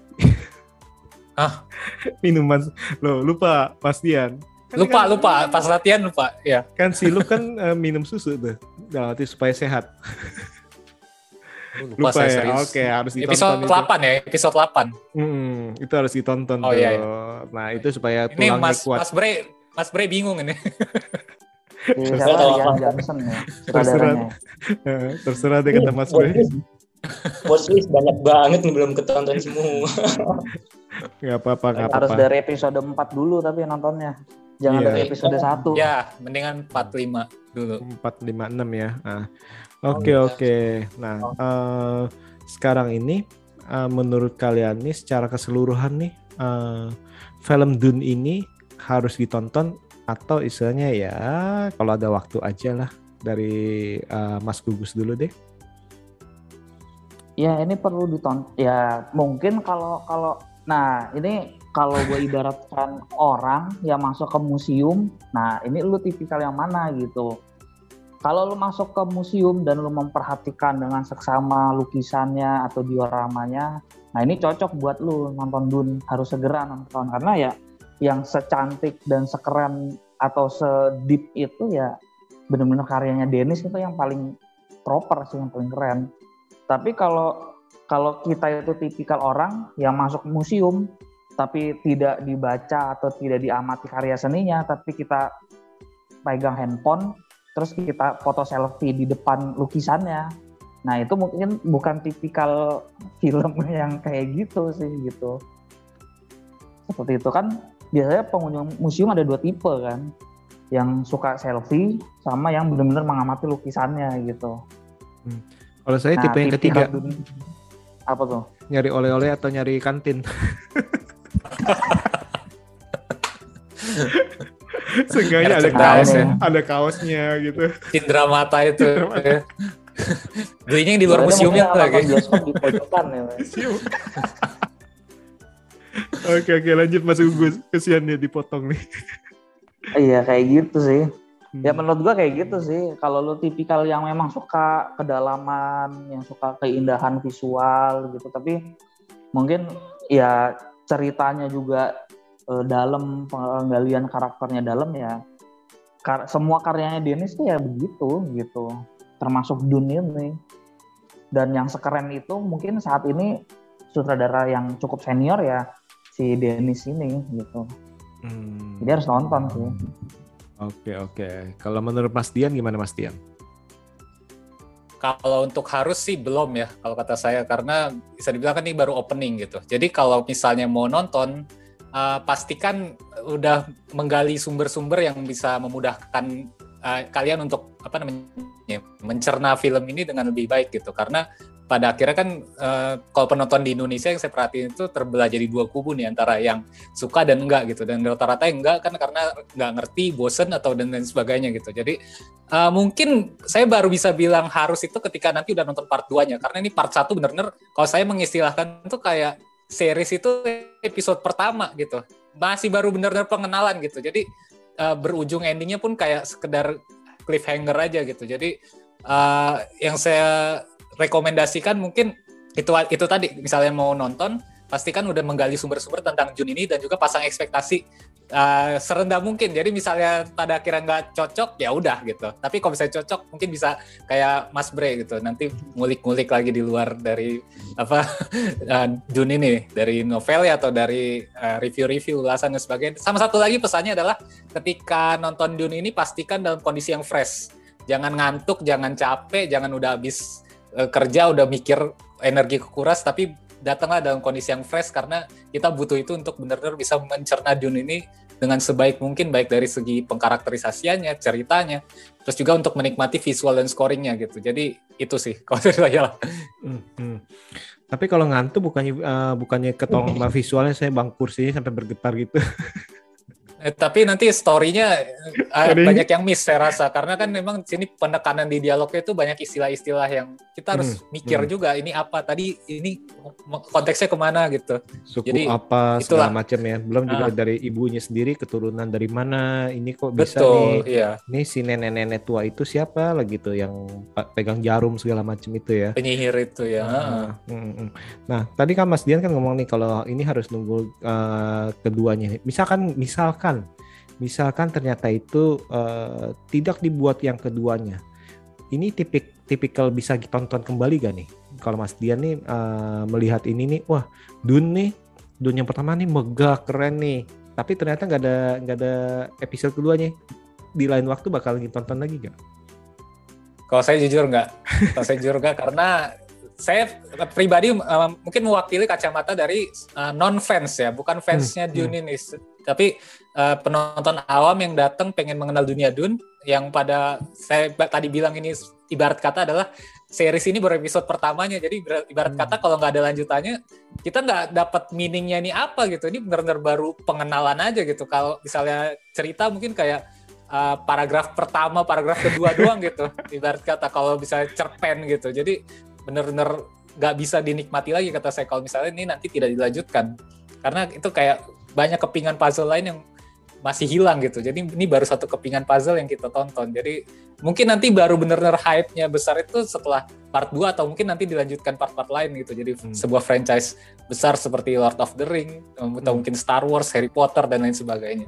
Minuman lo lupa Mas Dian.
Lupa pas latihan lupa ya.
Kan si Luke kan minum susu tuh. Nah, itu supaya sehat.
Lupa saya
ya.
serius.
Oke, harus ditonton.
Episode 8.
Itu harus ditonton tuh.
Iya.
Nah, itu supaya
ini
tulangnya kuat.
Mas Bre bingung ini.
Ian Johnson ya.
Terserah deh kata Mas Bre.
Watchlist banyak banget nih belum ketonton semua.
Gak apa-apa.
Harus dari episode 4 dulu tapi nontonnya. Jangan dari episode 1.
Ya, mendingan 4-5 dulu.
4, 5, 6 ya. Nah, Oke. Nah, sekarang ini menurut kalian nih secara keseluruhan nih film Dune ini harus ditonton atau istilahnya ya kalau ada waktu aja lah. Dari Mas Gugus dulu deh.
Ya ini perlu ditonton. Ya mungkin kalau nah ini kalau gue ibaratkan orang yang masuk ke museum, nah ini lu tipikal yang mana gitu. Kalau lu masuk ke museum dan lu memperhatikan dengan seksama lukisannya atau dioramanya, nah ini cocok buat lu nonton Dune, harus segera nonton karena ya yang secantik dan sekeren atau sedeep itu ya benar-benar karyanya Denis itu yang paling proper sih, yang paling keren. Tapi kalau kita itu tipikal orang yang masuk museum tapi tidak dibaca atau tidak diamati karya seninya, tapi kita pegang handphone terus kita foto selfie di depan lukisannya, nah itu mungkin bukan tipikal film yang kayak gitu sih gitu. Seperti itu kan biasanya pengunjung museum ada 2 tipe kan, yang suka selfie sama yang benar-benar mengamati lukisannya gitu.
Kalau saya tipe yang ketiga.
Apa tuh?
Nyari oleh-oleh atau nyari kantin. Seenggaknya ada kaosnya gitu.
Cindera mata itu. Belinya yang di luar museumnya lagi.
Bioskop di pojokan ya.
Oke, lanjut Mas Gugus. Kesian dia dipotong nih.
Iya kayak gitu sih. Ya menurut gua kayak gitu sih. Kalau lu tipikal yang memang suka kedalaman, yang suka keindahan visual gitu, tapi mungkin ya ceritanya juga dalam, penggalian karakternya dalam ya. Semua karyanya Denis tuh ya begitu gitu. Termasuk Dune ini. Dan yang sekeren itu mungkin saat ini sutradara yang cukup senior ya si Denis ini gitu. Jadi harus nonton sih.
Oke. Kalau menurut Mas Dian gimana Mas Dian?
Kalau untuk harus sih belum ya kalau kata saya, karena bisa dibilang kan ini baru opening gitu. Jadi kalau misalnya mau nonton pastikan udah menggali sumber-sumber yang bisa memudahkan kalian untuk mencerna film ini dengan lebih baik gitu. Karena pada akhirnya kan kalau penonton di Indonesia yang saya perhatiin itu terbelah jadi 2 kubu nih, antara yang suka dan enggak gitu, dan rata-rata yang enggak kan karena nggak ngerti, bosen atau dan lain sebagainya gitu. Jadi mungkin saya baru bisa bilang harus itu ketika nanti udah nonton part 2-nya, karena ini part 1 bener-bener kalau saya mengistilahkan itu kayak series itu episode pertama gitu, masih baru bener-bener pengenalan gitu. Jadi berujung endingnya pun kayak sekedar cliffhanger aja gitu. Jadi yang saya rekomendasikan mungkin itu tadi, misalnya mau nonton pastikan udah menggali sumber-sumber tentang Dune ini dan juga pasang ekspektasi serendah mungkin. Jadi misalnya pada akhirnya nggak cocok ya udah gitu. Tapi kalau misalnya cocok mungkin bisa kayak Mas Bre gitu. Nanti ngulik-ngulik lagi di luar dari Dune ini, dari novel ya atau dari review-review ulasan dan sebagainya. Sama satu lagi pesannya adalah ketika nonton Dune ini pastikan dalam kondisi yang fresh. Jangan ngantuk, jangan capek, jangan udah habis kerja udah mikir energi kekuras, tapi datanglah dalam kondisi yang fresh karena kita butuh itu untuk benar-benar bisa mencerna Dune ini dengan sebaik mungkin, baik dari segi pengkarakterisasiannya, ceritanya, terus juga untuk menikmati visual dan scoringnya gitu. Jadi itu sih kalau dari saya lah.
Tapi kalau ngantuk bukannya ketolong sama visualnya, saya bang kursinya sampai bergetar gitu.
Tapi nanti story-nya banyak yang miss saya rasa, karena kan memang sini penekanan di dialognya itu banyak istilah-istilah yang kita harus mikir juga, ini apa tadi, ini konteksnya kemana gitu.
Suku
jadi
apa segala macam ya, belum juga dari ibunya sendiri, keturunan dari mana, ini kok bisa
betul,
nih,
iya.
Nih si nenek-nenek tua itu siapa lah gitu yang pegang jarum segala macam itu ya.
Penyihir itu ya.
Nah tadi kan Mas Dian kan ngomong nih kalau ini harus nunggu keduanya. Misalkan ternyata itu tidak dibuat yang keduanya, ini tipikal bisa ditonton kembali gak nih? Kalau Mas Dian nih melihat ini nih, wah Dune yang pertama nih megah keren nih, tapi ternyata nggak ada episode keduanya, di lain waktu bakal ditonton lagi gak?
Kalau saya jujur nggak, karena saya pribadi mungkin mewakili kacamata dari non-fans ya, bukan fansnya Dune ini. Tapi penonton awam yang datang pengen mengenal dunia Dune, yang pada saya tadi bilang ini ibarat kata adalah series ini baru episode pertamanya, jadi ibarat kata kalau nggak ada lanjutannya kita nggak dapat meaningnya ini apa gitu. Ini benar-benar baru pengenalan aja gitu. Kalau misalnya cerita mungkin kayak paragraf pertama, paragraf kedua doang gitu, ibarat kata kalau bisa cerpen gitu. Jadi benar-benar nggak bisa dinikmati lagi kata saya kalau misalnya ini nanti tidak dilanjutkan, karena itu kayak banyak kepingan puzzle lain yang masih hilang gitu. Jadi ini baru satu kepingan puzzle yang kita tonton. Jadi mungkin nanti baru benar-benar hype-nya besar itu setelah part 2 atau mungkin nanti dilanjutkan part-part lain gitu. Jadi sebuah franchise besar seperti Lord of the Ring atau mungkin Star Wars, Harry Potter dan lain sebagainya.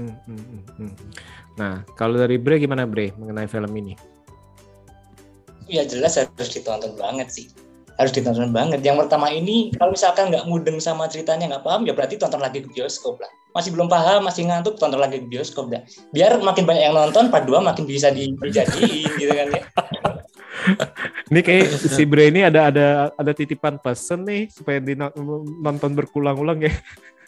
Nah, kalau dari Bre gimana Bre mengenai film ini?
Ya jelas harus ditonton banget sih. Harus ditonton banget. Yang pertama ini kalau misalkan nggak mudeng sama ceritanya, nggak paham, ya berarti tonton lagi ke bioskop lah. Masih belum paham, masih ngantuk, tonton lagi ke bioskop dah. Biar makin banyak yang nonton, part 2 makin bisa dijadiin gitu kan ya.
Ini kayak si Bre ini ada titipan pesan nih supaya nonton berulang-ulang ya.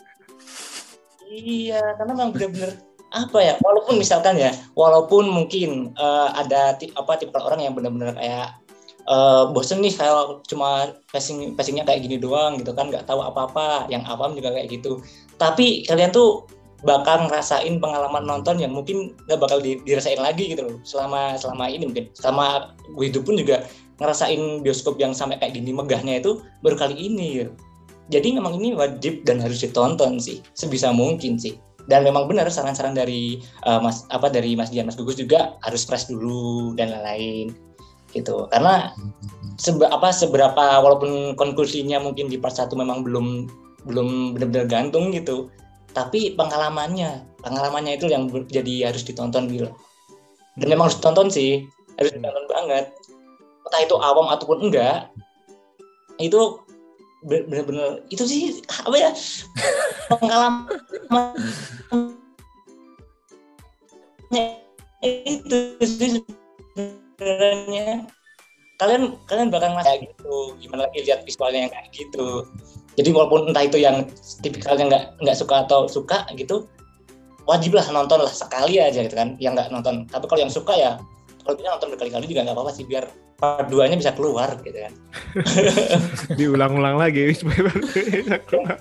Iya, karena memang benar-benar apa ya, walaupun misalkan ya, walaupun mungkin ada tipe orang yang benar-benar kayak bosen nih kalau cuma passingnya kayak gini doang gitu kan, nggak tahu apa-apa, yang awam juga kayak gitu. Tapi kalian tuh bakal ngerasain pengalaman nonton yang mungkin nggak bakal dirasain lagi gitu loh selama ini, mungkin selama gue hidup pun juga ngerasain bioskop yang sampai kayak gini megahnya itu baru kali ini gitu. Jadi memang ini wajib dan harus ditonton sih sebisa mungkin sih. Dan memang benar saran-saran dari Mas Dian, Mas Gugus juga harus press dulu dan lain-lain gitu. Karena seberapa walaupun konklusinya mungkin di part 1 memang belum benar-benar gantung gitu, tapi pengalamannya itu yang jadi harus ditonton gitu. Dan memang harus ditonton sih, harus ditonton banget. Entah itu awam ataupun enggak, itu benar-benar itu sih apa ya, pengalaman itu sih sebenarnya. Kalian bakal ngerasa gitu, gimana lagi lihat visualnya yang kayak gitu. Jadi walaupun entah itu yang tipikalnya nggak suka atau suka gitu, wajib lah nonton lah sekali aja gitu kan, yang nggak nonton. Tapi kalau yang suka ya, kalau bisa nonton berkali-kali juga nggak apa-apa sih, biar part 2-nya bisa keluar gitu kan.
Diulang-ulang lagi supaya bisa keluar.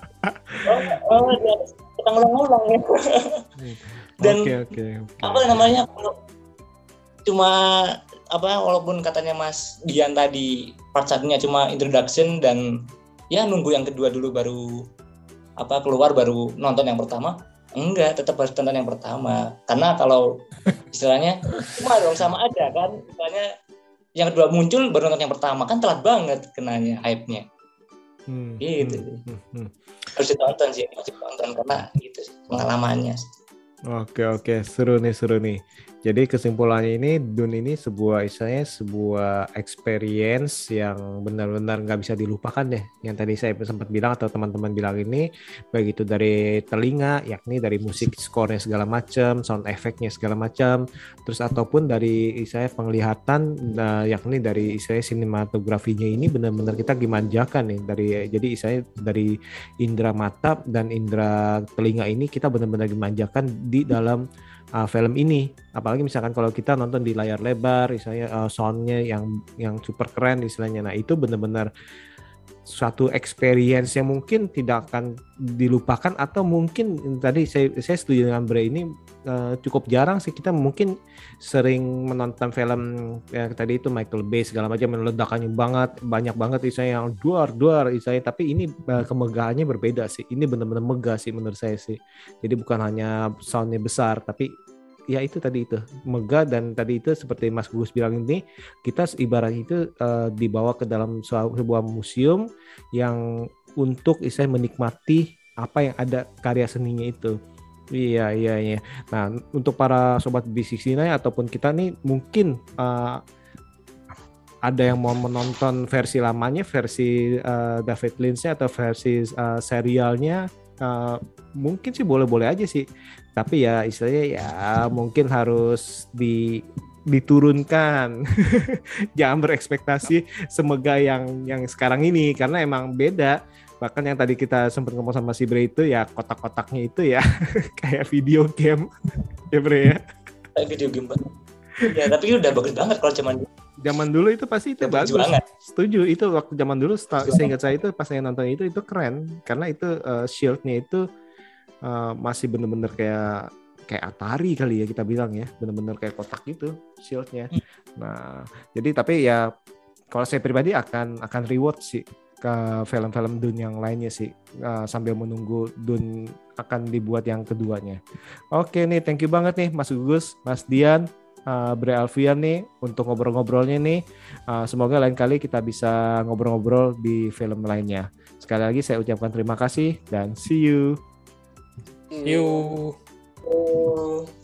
Kita ngulang-ngulang ya. Dan
Oke.
apa namanya, cuma walaupun katanya Mas Dian tadi part 1-nya cuma introduction dan ya nunggu yang kedua dulu baru keluar baru nonton yang pertama, enggak, tetap harus tonton yang pertama. Karena kalau istilahnya cuma dong sama aja kan, misalnya yang kedua muncul baru nonton yang pertama, kan telat banget kenanya hype-nya. Gitu. Harus ditonton sih, wajib tonton karena gitu sih pengalamannya.
Oke, seru nih. Jadi kesimpulannya ini, Dune ini sebuah experience yang benar-benar nggak bisa dilupakan deh. Yang tadi saya sempat bilang atau teman-teman bilang ini, baik itu dari telinga, yakni dari musik score-nya segala macam, sound effect-nya segala macam, terus ataupun dari penglihatan, yakni dari sinematografinya ini benar-benar kita dimanjakan nih. Dari indera mata dan indera telinga ini kita benar-benar dimanjakan di dalam film ini. Apalagi misalkan kalau kita nonton di layar lebar, misalnya soundnya yang super keren istilahnya. Nah itu benar-benar suatu experience yang mungkin tidak akan dilupakan, atau mungkin tadi saya setuju dengan Bre ini, cukup jarang sih kita mungkin sering menonton film tadi itu Michael Bay segala macam meledakannya banyak banget istilahnya yang duar istilahnya, tapi ini kemegahannya berbeda sih. Ini benar-benar megah sih menurut saya sih. Jadi bukan hanya soundnya besar, tapi ya itu tadi itu megah. Dan tadi itu seperti Mas Gugus bilang ini, kita ibarat itu dibawa ke dalam sebuah museum yang untuk menikmati apa yang ada karya seninya itu. Iya. Nah, untuk para sobat B69 ataupun kita nih mungkin ada yang mau menonton versi lamanya, versi David Lynch atau versi serialnya, mungkin sih boleh-boleh aja sih. Tapi ya istilahnya ya mungkin harus diturunkan. Jangan berekspektasi semegah yang sekarang ini, karena emang beda. Bahkan yang tadi kita sempat ngomong sama si Bre itu ya kotak-kotaknya itu ya kayak video game ya Bre ya.
Kayak video game banget. Ya tapi udah bagus banget kalau
zaman dulu itu pasti itu bagus.
Perjuangan.
Setuju itu waktu zaman dulu seingat saya itu pas saya nonton itu keren karena itu shield-nya itu masih bener-bener kayak Atari kali ya kita bilang ya, bener-bener kayak kotak gitu shield-nya. Nah, jadi tapi ya kalau saya pribadi akan reward sih ke film-film Dune yang lainnya sih sambil menunggu Dune akan dibuat yang keduanya. Oke nih, thank you banget nih Mas Gugus, Mas Dian, Bre Alfian nih untuk ngobrol-ngobrolnya nih. Semoga lain kali kita bisa ngobrol-ngobrol di film lainnya. Sekali lagi saya ucapkan terima kasih dan see you.
You.